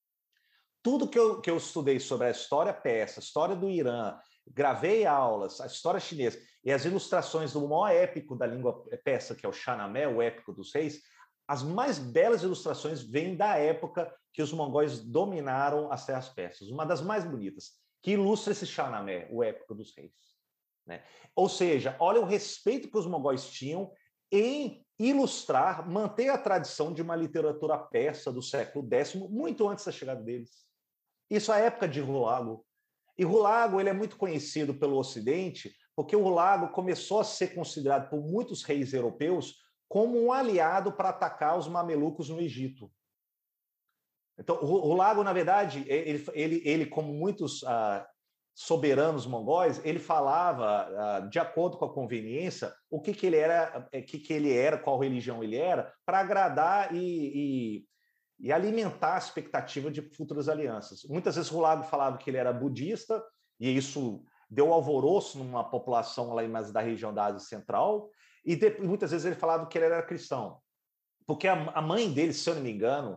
Tudo que eu estudei sobre a história persa, a história do Irã, gravei aulas, a história chinesa e as ilustrações do maior épico da língua persa, que é o Shahnameh, o épico dos reis, as mais belas ilustrações vêm da época que os mongóis dominaram as terras persas, uma das mais bonitas, que ilustra esse Shahnameh, o épico dos reis. Né? Ou seja, olha o respeito que os mongóis tinham em ilustrar, manter a tradição de uma literatura persa do século X, muito antes da chegada deles. Isso é a época de Hulagu. E Hulagu ele é muito conhecido pelo Ocidente, porque o Hulagu começou a ser considerado por muitos reis europeus como um aliado para atacar os mamelucos no Egito. Então, o Hulagu, na verdade, ele como muitos soberanos mongóis, ele falava, de acordo com a conveniência, o que ele era, qual religião ele era, para agradar e alimentar a expectativa de futuras alianças. Muitas vezes o Hulagu falava que ele era budista, e isso deu alvoroço numa população lá mais da região da Ásia Central, e muitas vezes ele falava que ele era cristão, porque a mãe dele, se eu não me engano,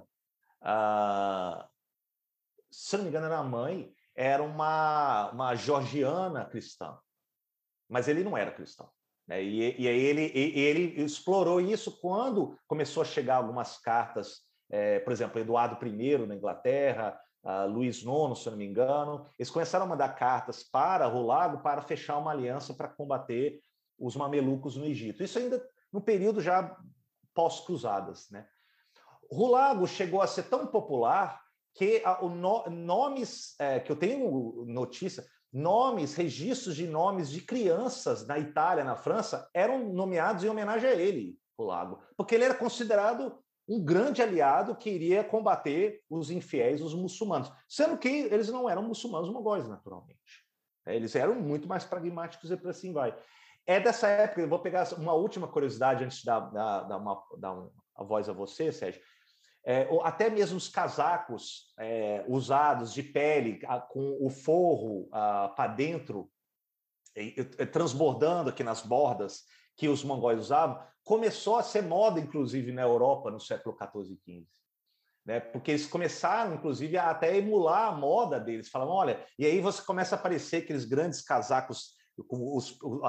era a mãe, era uma georgiana cristã, mas ele não era cristão. Né? E aí ele explorou isso quando começou a chegar algumas cartas, por exemplo, Eduardo I na Inglaterra, Luís IX, se eu não me engano, eles começaram a mandar cartas para Hulagu para fechar uma aliança para combater os mamelucos no Egito. Isso ainda no período já pós-cruzadas. Né? Hulagu chegou a ser tão popular que nomes, que eu tenho notícia, registros de nomes de crianças na Itália, na França, eram nomeados em homenagem a ele, Hulagu, porque ele era considerado um grande aliado que iria combater os infiéis, os muçulmanos, sendo que eles não eram muçulmanos mongóis, naturalmente. Eles eram muito mais pragmáticos e por assim vai. É dessa época, eu vou pegar uma última curiosidade antes de dar a voz a você, Sérgio. Até mesmo os casacos usados de pele, com o forro para dentro, transbordando aqui nas bordas, que os mongóis usavam, começou a ser moda, inclusive, na Europa, no século XIV e XV. Né? Porque eles começaram, inclusive, a até emular a moda deles. Falavam, olha, e aí você começa a aparecer aqueles grandes casacos com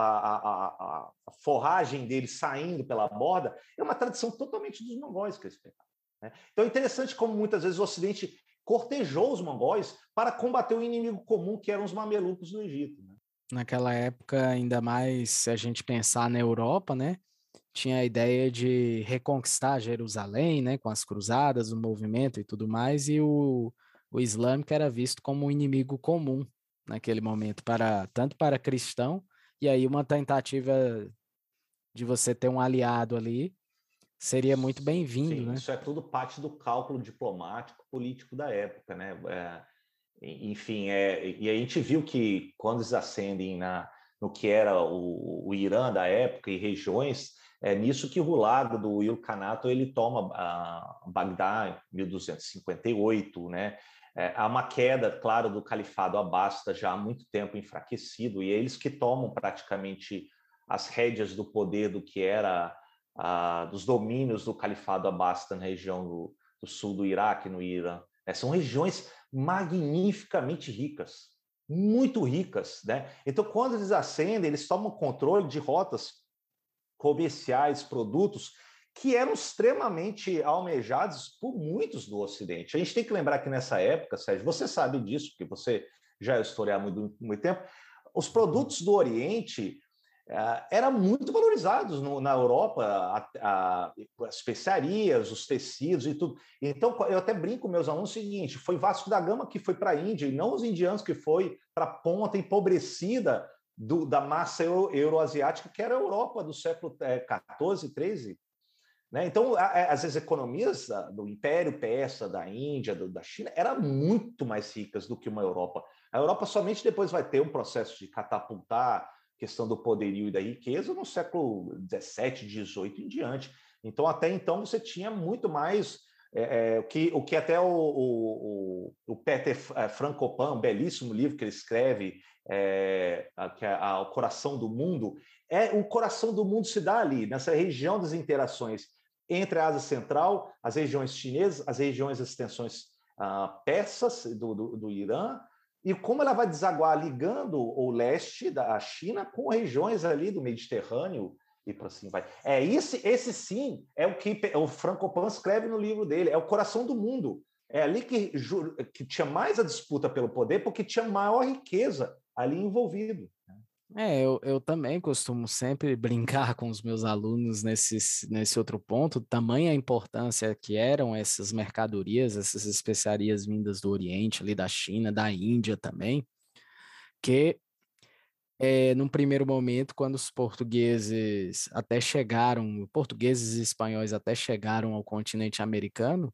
a forragem deles saindo pela borda. É uma tradição totalmente dos mongóis que eles pegaram. Né? Então é interessante como muitas vezes o Ocidente cortejou os mongóis para combater o inimigo comum, que eram os mamelucos no Egito. Né? Naquela época, ainda mais se a gente pensar na Europa, né? Tinha a ideia de reconquistar Jerusalém, né? Com as cruzadas, o movimento e tudo mais, e o islâmico era visto como um inimigo comum naquele momento, tanto para cristão, e aí uma tentativa de você ter um aliado ali seria muito bem-vindo, né? Isso é tudo parte do cálculo diplomático, político da época, né? Enfim, e a gente viu que quando eles ascendem no que era o Irã da época e regiões, é nisso que o Hulagu do Ilkhanato ele toma Bagdá em 1258, né? Há uma queda, claro, do califado abássida já há muito tempo enfraquecido, e é eles que tomam praticamente as rédeas do poder do que era dos domínios do califado abássida na região do sul do Iraque, no Irã. São regiões magnificamente ricas, muito ricas. Né? Então, quando eles ascendem, eles tomam controle de rotas comerciais, produtos que eram extremamente almejados por muitos do Ocidente. A gente tem que lembrar que nessa época, Sérgio, você sabe disso, porque você já é historiador há muito tempo, os produtos do Oriente eram muito valorizados na Europa, as especiarias, os tecidos e tudo. Então, eu até brinco com meus alunos o seguinte, foi Vasco da Gama que foi para a Índia, e não os indianos que foi para a ponta empobrecida da massa euroasiática, que era a Europa do século XIV, XIII. Né? Então, as economias do Império Persa, da Índia, da China, eram muito mais ricas do que uma Europa. A Europa somente depois vai ter um processo de catapultar questão do poderio e da riqueza no século XVII, XVIII em diante. Então, até então, você tinha muito mais o que até o Peter Frankopan, um belíssimo livro que ele escreve, que é O Coração do Mundo, o coração do mundo se dá ali, nessa região das interações entre a Ásia Central, as regiões chinesas, as regiões das extensões persas do Irã, e como ela vai desaguar ligando o leste da China com regiões ali do Mediterrâneo e por assim vai. Esse sim é o que o Frankopan escreve no livro dele, é o coração do mundo. É ali que tinha mais a disputa pelo poder, porque tinha maior riqueza ali envolvido. Eu também costumo sempre brincar com os meus alunos nesse outro ponto, tamanha a importância que eram essas mercadorias, essas especiarias vindas do Oriente, ali da China, da Índia também, que num primeiro momento, quando os portugueses até chegaram, portugueses e espanhóis até chegaram ao continente americano,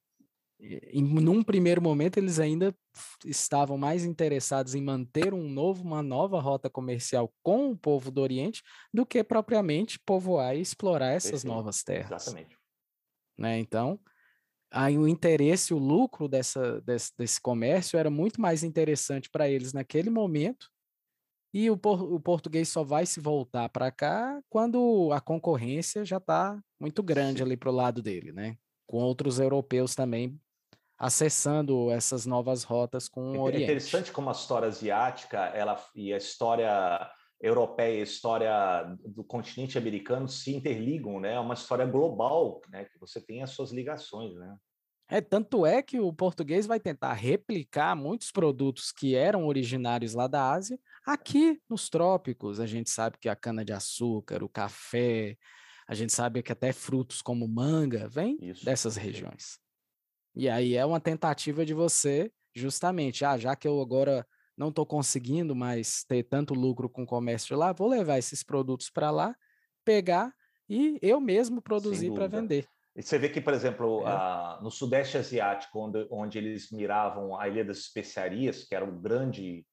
num primeiro momento eles ainda estavam mais interessados em manter uma nova rota comercial com o povo do Oriente do que propriamente povoar e explorar essas Perfeito. novas terras. Exatamente. Né? Então, aí o interesse, o lucro desse comércio era muito mais interessante para eles naquele momento. E o português só vai se voltar para cá quando a concorrência já está muito grande Sim. ali para o lado dele, né? Com outros europeus também acessando essas novas rotas com o É Oriente. interessante como a história asiática e a história europeia e a história do continente americano se interligam, né? É uma história global, né? Que você tem as suas ligações, né? Tanto é que o português vai tentar replicar muitos produtos que eram originários lá da Ásia aqui nos trópicos. A gente sabe que a cana-de-açúcar, o café, a gente sabe que até frutos como manga vêm dessas regiões. E aí é uma tentativa de você, justamente, já que eu agora não estou conseguindo mais ter tanto lucro com o comércio lá, vou levar esses produtos para lá, pegar e eu mesmo produzir para vender. E você vê que, por exemplo, no Sudeste Asiático, onde eles miravam a Ilha das Especiarias, que era o grande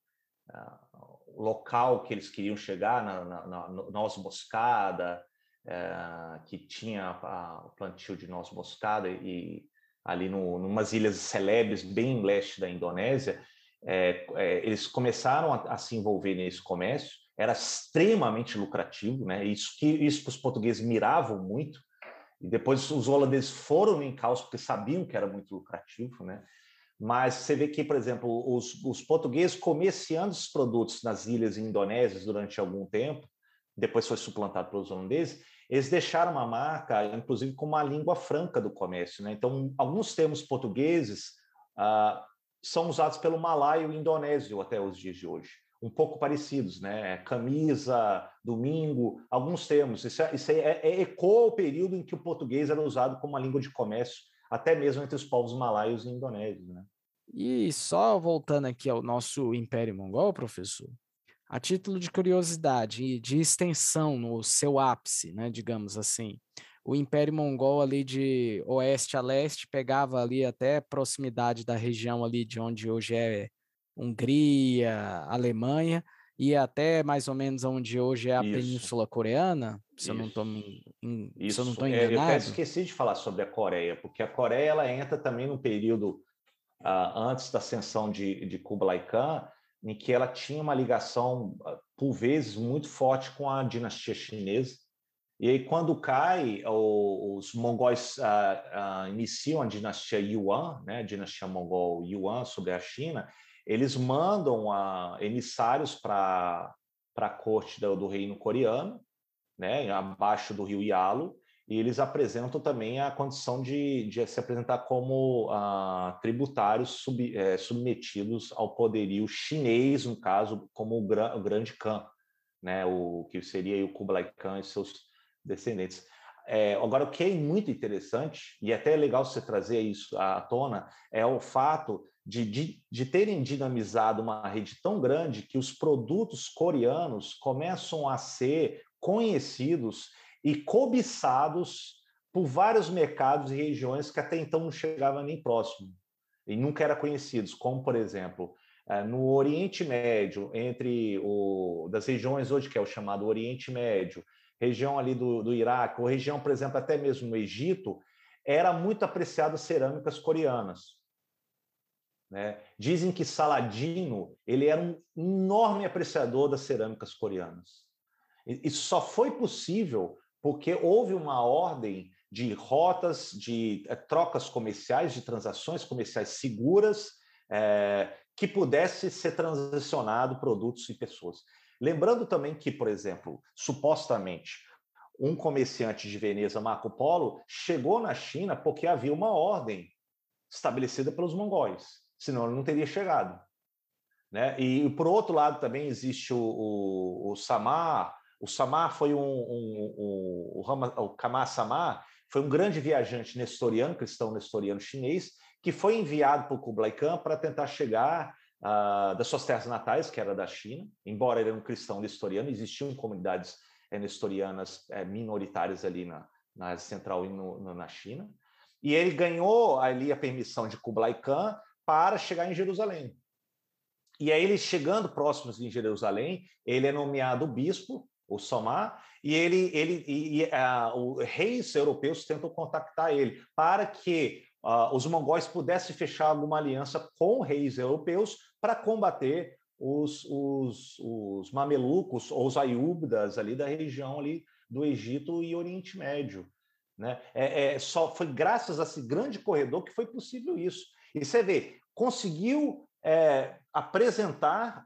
local que eles queriam chegar, na noz moscada, que tinha o plantio de noz moscada, e ali numas ilhas celebres bem leste da Indonésia, eles começaram a se envolver nesse comércio, era extremamente lucrativo, né? Isso para os portugueses miravam muito, e depois os holandeses foram no encalço porque sabiam que era muito lucrativo, né? Mas você vê que, por exemplo, os portugueses comerciando esses produtos nas ilhas indonésias durante algum tempo, depois foi suplantado pelos holandeses, eles deixaram uma marca, inclusive, como a língua franca do comércio, né? Então, alguns termos portugueses são usados pelo malaio e indonésio até os dias de hoje, um pouco parecidos, né? Camisa, domingo, alguns termos. Isso ecoa o período em que o português era usado como uma língua de comércio, até mesmo entre os povos malaios e indonésios, né? E só voltando aqui ao nosso Império Mongol, professor, a título de curiosidade e de extensão no seu ápice, né, digamos assim, o Império Mongol ali de oeste a leste pegava ali até proximidade da região ali de onde hoje é Hungria, Alemanha, e até mais ou menos onde hoje é a Península Coreana, se eu não estou enganado. Eu até esqueci de falar sobre a Coreia, porque a Coreia ela entra também no período antes da ascensão de Kublai Khan, em que ela tinha uma ligação, por vezes, muito forte com a dinastia chinesa. E aí, quando cai, os mongóis iniciam a dinastia Yuan, né, a dinastia mongol Yuan sobre a China, eles mandam emissários para a corte do reino coreano, né, abaixo do rio Yalu, e eles apresentam também a condição de se apresentar como tributários submetidos ao poderio chinês, no caso, como o grande Khan, né, o que seria o Kublai Khan e seus descendentes. Agora, o que é muito interessante, e até é legal você trazer isso à tona, é o fato de terem dinamizado uma rede tão grande que os produtos coreanos começam a ser conhecidos e cobiçados por vários mercados e regiões que até então não chegavam nem próximo e nunca eram conhecidos, como, por exemplo, no Oriente Médio, das regiões hoje que é o chamado Oriente Médio, região ali do Iraque, ou região, por exemplo, até mesmo no Egito, era muito apreciado cerâmicas coreanas. Né? Dizem que Saladino ele era um enorme apreciador das cerâmicas coreanas. Isso só foi possível porque houve uma ordem de rotas, de trocas comerciais, de transações comerciais seguras, que pudesse ser transacionado produtos e pessoas. Lembrando também que, por exemplo, supostamente, um comerciante de Veneza, Marco Polo, chegou na China porque havia uma ordem estabelecida pelos mongóis, senão ele não teria chegado. né? E por outro lado também existe o Samar. O Samar foi o Kama Samar foi um grande viajante nestoriano, cristão nestoriano chinês, que foi enviado por Kublai Khan para tentar chegar das suas terras natais, que era da China. Embora ele era um cristão nestoriano, existiam comunidades nestorianas minoritárias ali na Ásia Central e na China. E ele ganhou ali a permissão de Kublai Khan para chegar em Jerusalém. E aí, ele chegando próximos em Jerusalém, ele é nomeado bispo, o Samar, e os reis europeus tentam contactar ele para que os mongóis pudessem fechar alguma aliança com reis europeus para combater os mamelucos ou os aiúbidas ali da região ali do Egito e Oriente Médio, né? Só foi graças a esse grande corredor que foi possível isso. E você vê, conseguiu apresentar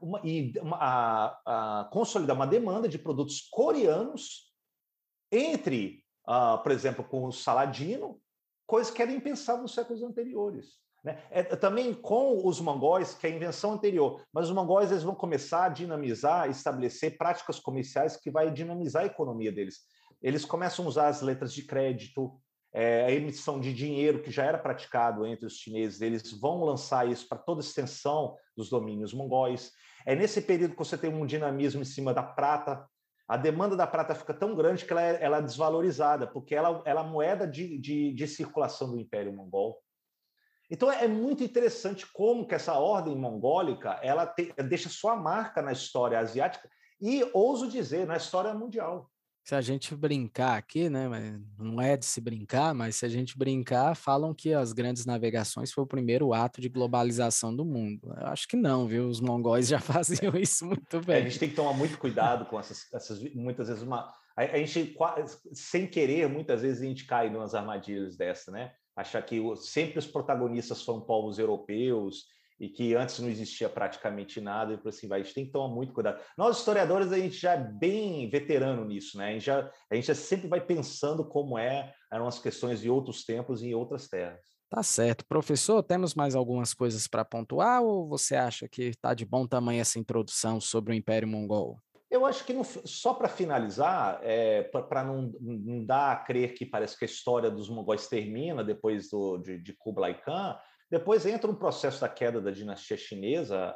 consolidar uma demanda de produtos coreanos entre, por exemplo, com o Saladino, coisa que era impensável nos séculos anteriores, né? Também com os mongóis, que é a invenção anterior, mas os mongóis eles vão começar a dinamizar, estabelecer práticas comerciais que vai dinamizar a economia deles. Eles começam a usar as letras de crédito, a emissão de dinheiro que já era praticado entre os chineses, eles vão lançar isso para toda a extensão dos domínios mongóis. É nesse período que você tem um dinamismo em cima da prata. A demanda da prata fica tão grande que ela é desvalorizada, porque ela é a moeda de circulação do Império Mongol. Então, é muito interessante como que essa ordem mongólica ela deixa sua marca na história asiática e, ouso dizer, na história mundial. Se a gente brincar aqui, né, não é de se brincar, mas se a gente brincar, falam que as grandes navegações foi o primeiro ato de globalização do mundo. Eu acho que não, viu? Os mongóis já faziam isso muito bem. A gente tem que tomar muito cuidado com essas muitas vezes a gente sem querer, muitas vezes a gente cai em umas armadilhas dessa, né? Achar que sempre os protagonistas foram povos europeus e que antes não existia praticamente nada, e por assim vai. A gente tem que tomar muito cuidado. Nós, historiadores, a gente já é bem veterano nisso, né? A gente já sempre vai pensando como eram as questões de outros tempos e em outras terras. Tá certo. Professor, temos mais algumas coisas para pontuar ou você acha que está de bom tamanho essa introdução sobre o Império Mongol? Eu acho que só para finalizar, para não dar a crer que parece que a história dos mongóis termina depois de Kublai Khan, depois entra um processo da queda da dinastia chinesa,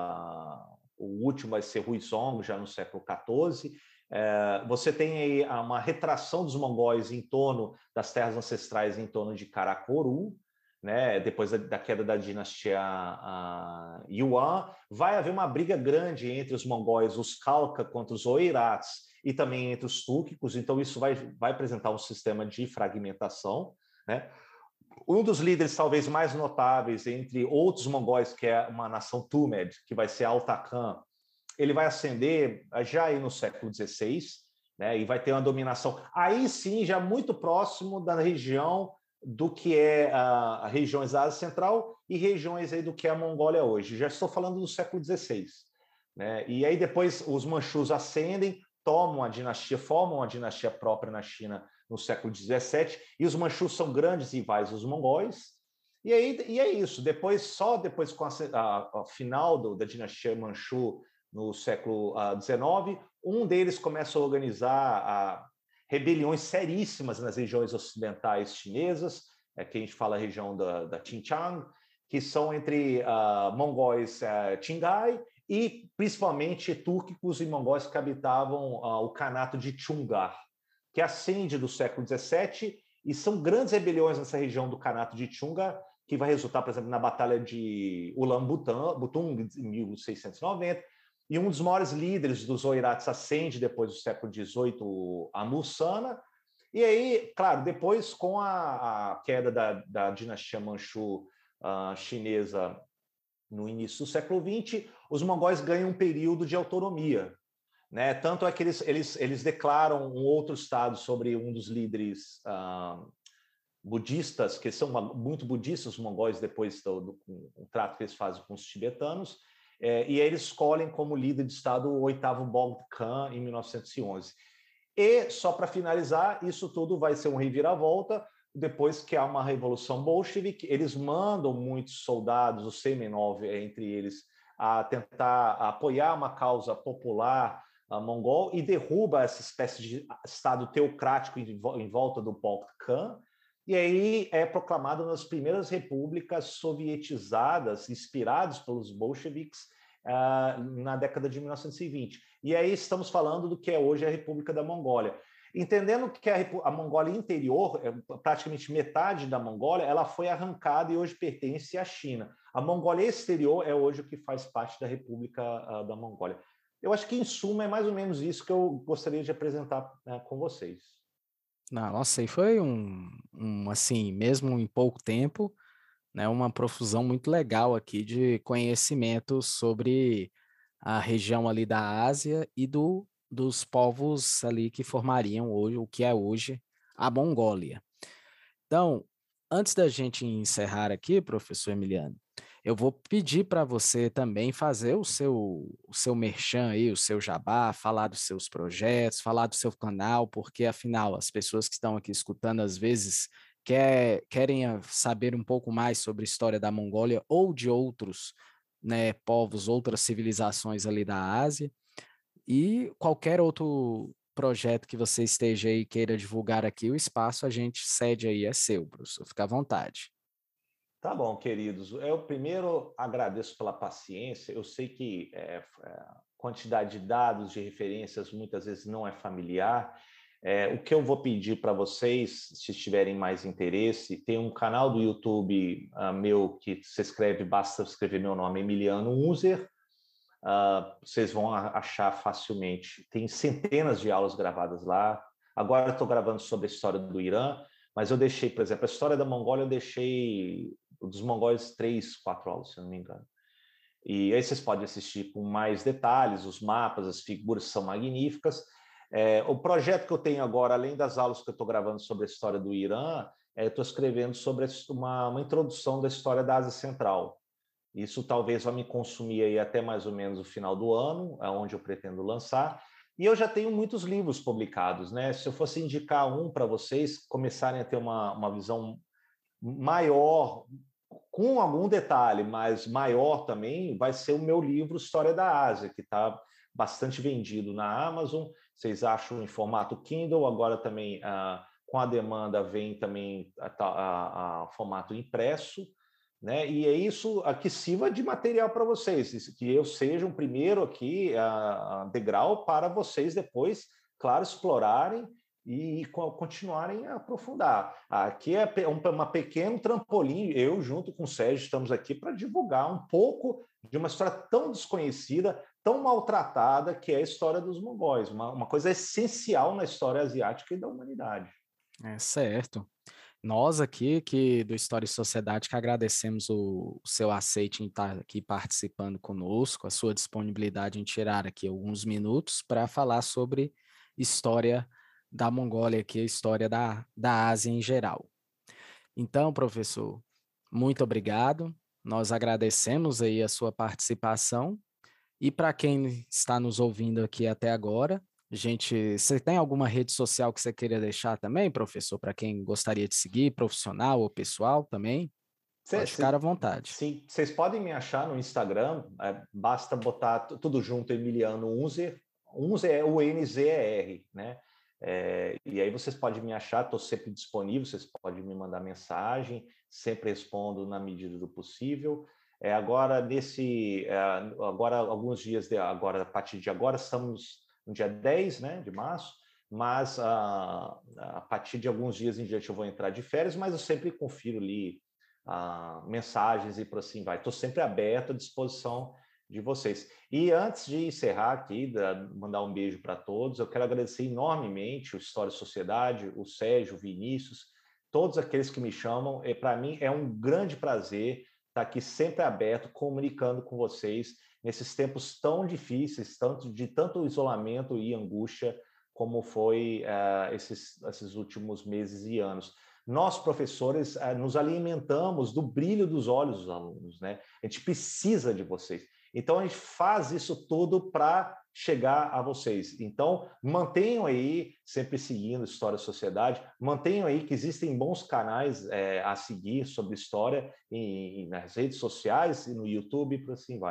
o último vai ser Huizong, já no século XIV. Você tem aí uma retração dos mongóis em torno das terras ancestrais, em torno de Karakorum, né? Depois da queda da dinastia Yuan, vai haver uma briga grande entre os mongóis, os Khalkha contra os Oirats, e também entre os túrquicos, então isso vai apresentar um sistema de fragmentação, né? Um dos líderes talvez mais notáveis entre outros mongóis, que é uma nação Tumed, que vai ser Altacan, ele vai ascender já aí no século XVI, né, e vai ter uma dominação, aí sim, já muito próximo da região do que é a regiões da Ásia Central e regiões aí do que é a Mongólia hoje. Já estou falando do século XVI, né? E aí depois os Manchus ascendem, formam uma dinastia própria na China no século XVII, e os Manchus são grandes rivais dos mongóis, e é isso. Depois com a final da dinastia Manchu no século XIX, um deles começa a organizar rebeliões seríssimas nas regiões ocidentais chinesas, que a gente fala a região da Xinjiang, que são entre mongóis Qinghai e principalmente túrquicos e mongóis que habitavam o Kanato de Chungar, que ascende do século XVII, e são grandes rebeliões nessa região do Kanato de Chungar, que vai resultar, por exemplo, na Batalha de Ulaanbaatar, em 1690, e um dos maiores líderes dos Oirats ascende depois do século XVIII, a Mussana, e aí, claro, depois com a queda da dinastia Manchu chinesa no início do século XX, os mongóis ganham um período de autonomia, né? Tanto é que eles declaram um outro estado sobre um dos líderes budistas, que são muito budistas, os mongóis, depois do trato que eles fazem com os tibetanos, e aí eles escolhem como líder de estado o 8º Bogd Khan em 1911. E, só para finalizar, isso tudo vai ser um reviravolta, depois que há uma revolução bolchevique, eles mandam muitos soldados, os Semenov entre eles, a tentar apoiar uma causa popular mongol e derruba essa espécie de estado teocrático em volta do Baekdu Khan, e aí é proclamado nas primeiras repúblicas sovietizadas, inspiradas pelos bolcheviques, na década de 1920. E aí estamos falando do que é hoje a República da Mongólia. Entendendo que a Mongólia interior, praticamente metade da Mongólia, ela foi arrancada e hoje pertence à China. A Mongólia exterior é hoje o que faz parte da República da Mongólia. Eu acho que, em suma, é mais ou menos isso que eu gostaria de apresentar com vocês. Nossa, aí foi assim, mesmo em pouco tempo, né, uma profusão muito legal aqui de conhecimento sobre a região ali da Ásia e dos povos ali que formariam hoje, o que é hoje a Mongólia. Então, antes da gente encerrar aqui, professor Emiliano, eu vou pedir para você também fazer o seu merchan aí, o seu jabá, falar dos seus projetos, falar do seu canal, porque afinal as pessoas que estão aqui escutando às vezes querem saber um pouco mais sobre a história da Mongólia ou de outros, né, povos, outras civilizações ali da Ásia, e qualquer outro projeto que você esteja aí queira divulgar aqui, o espaço a gente cede aí, é seu, professor, fica à vontade. Tá bom, queridos. Eu primeiro agradeço pela paciência. Eu sei que quantidade de dados, de referências, muitas vezes não é familiar. O que eu vou pedir para vocês, se tiverem mais interesse, tem um canal do YouTube meu que se escreve, basta escrever meu nome, Emiliano Unzer. Vocês vão achar facilmente. Tem centenas de aulas gravadas lá. Agora estou gravando sobre a história do Irã, mas eu deixei, por exemplo, a história da Mongólia, eu deixei dos mongóis 3, 4 aulas, se eu não me engano. E aí vocês podem assistir com mais detalhes, os mapas, as figuras são magníficas. O projeto que eu tenho agora, além das aulas que eu estou gravando sobre a história do Irã, eu estou escrevendo sobre uma introdução da história da Ásia Central. Isso talvez vá me consumir aí até mais ou menos o final do ano, onde eu pretendo lançar. E eu já tenho muitos livros publicados, né? Se eu fosse indicar um para vocês começarem a ter uma visão maior, com algum detalhe, mas maior também, vai ser o meu livro História da Ásia, que está bastante vendido na Amazon. Vocês acham em formato Kindle, agora também com a demanda vem também a formato impresso, né? E é isso que sirva de material para vocês, que eu seja um primeiro aqui degrau para vocês depois, claro, explorarem e continuarem a aprofundar. Aqui é um pequeno trampolim, eu junto com o Sérgio estamos aqui para divulgar um pouco de uma história tão desconhecida, tão maltratada, que é a história dos mongóis, uma coisa essencial na história asiática e da humanidade. É certo. Nós aqui, do História e Sociedade, que agradecemos o seu aceite em estar aqui participando conosco, a sua disponibilidade em tirar aqui alguns minutos para falar sobre história da Mongólia, aqui a história da Ásia em geral. Então, professor, muito obrigado. Nós agradecemos aí a sua participação. E para quem está nos ouvindo aqui até agora, você tem alguma rede social que você queira deixar também, professor, para quem gostaria de seguir, profissional ou pessoal também? Pode ficar à vontade. Sim, vocês podem me achar no Instagram, basta botar tudo junto, Emiliano Unzer. Unzer é UNZER, né? E aí vocês podem me achar, estou sempre disponível, vocês podem me mandar mensagem, sempre respondo na medida do possível. Agora, alguns dias, a partir de agora, estamos no dia 10, né, de março, mas a partir de alguns dias em diante eu vou entrar de férias, mas eu sempre confiro ali mensagens e por assim vai. Estou sempre aberto à disposição de vocês. E antes de encerrar aqui, mandar um beijo para todos, eu quero agradecer enormemente o História e Sociedade, o Sérgio, o Vinícius, todos aqueles que me chamam. Para mim é um grande prazer estar aqui sempre aberto, comunicando com vocês nesses tempos tão difíceis, de tanto isolamento e angústia como foi esses últimos meses e anos. Nós, professores, nos alimentamos do brilho dos olhos dos alunos, né? A gente precisa de vocês. Então, a gente faz isso tudo para chegar a vocês. Então, mantenham aí, sempre seguindo História e Sociedade, mantenham aí que existem bons canais a seguir sobre história nas redes sociais e no YouTube, e por assim vai.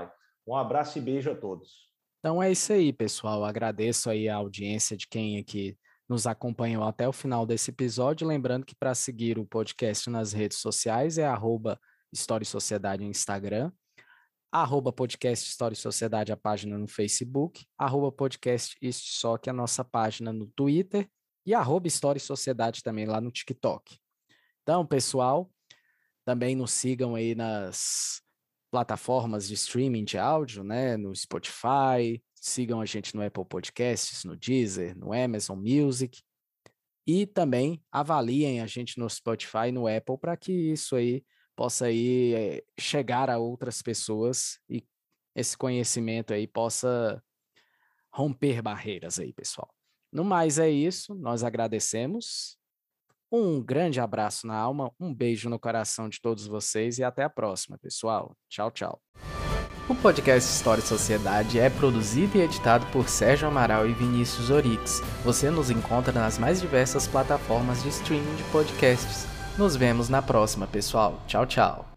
Um abraço e beijo a todos. Então é isso aí, pessoal. Agradeço aí a audiência de quem aqui nos acompanhou até o final desse episódio. Lembrando que para seguir o podcast nas redes sociais é @História e Sociedade no Instagram, @podcast História e Sociedade a página no Facebook, @podcast Só, que é a nossa página no Twitter, e @História e Sociedade também lá no TikTok. Então, pessoal, também nos sigam aí nas plataformas de streaming de áudio, né? No Spotify, sigam a gente no Apple Podcasts, no Deezer, no Amazon Music, e também avaliem a gente no Spotify e no Apple para que isso aí possa aí chegar a outras pessoas e esse conhecimento aí possa romper barreiras aí, pessoal. No mais é isso, nós agradecemos. Um grande abraço na alma, um beijo no coração de todos vocês e até a próxima, pessoal. Tchau, tchau. O podcast História e Sociedade é produzido e editado por Sérgio Amaral e Vinícius Orix. Você nos encontra nas mais diversas plataformas de streaming de podcasts. Nos vemos na próxima, pessoal. Tchau, tchau.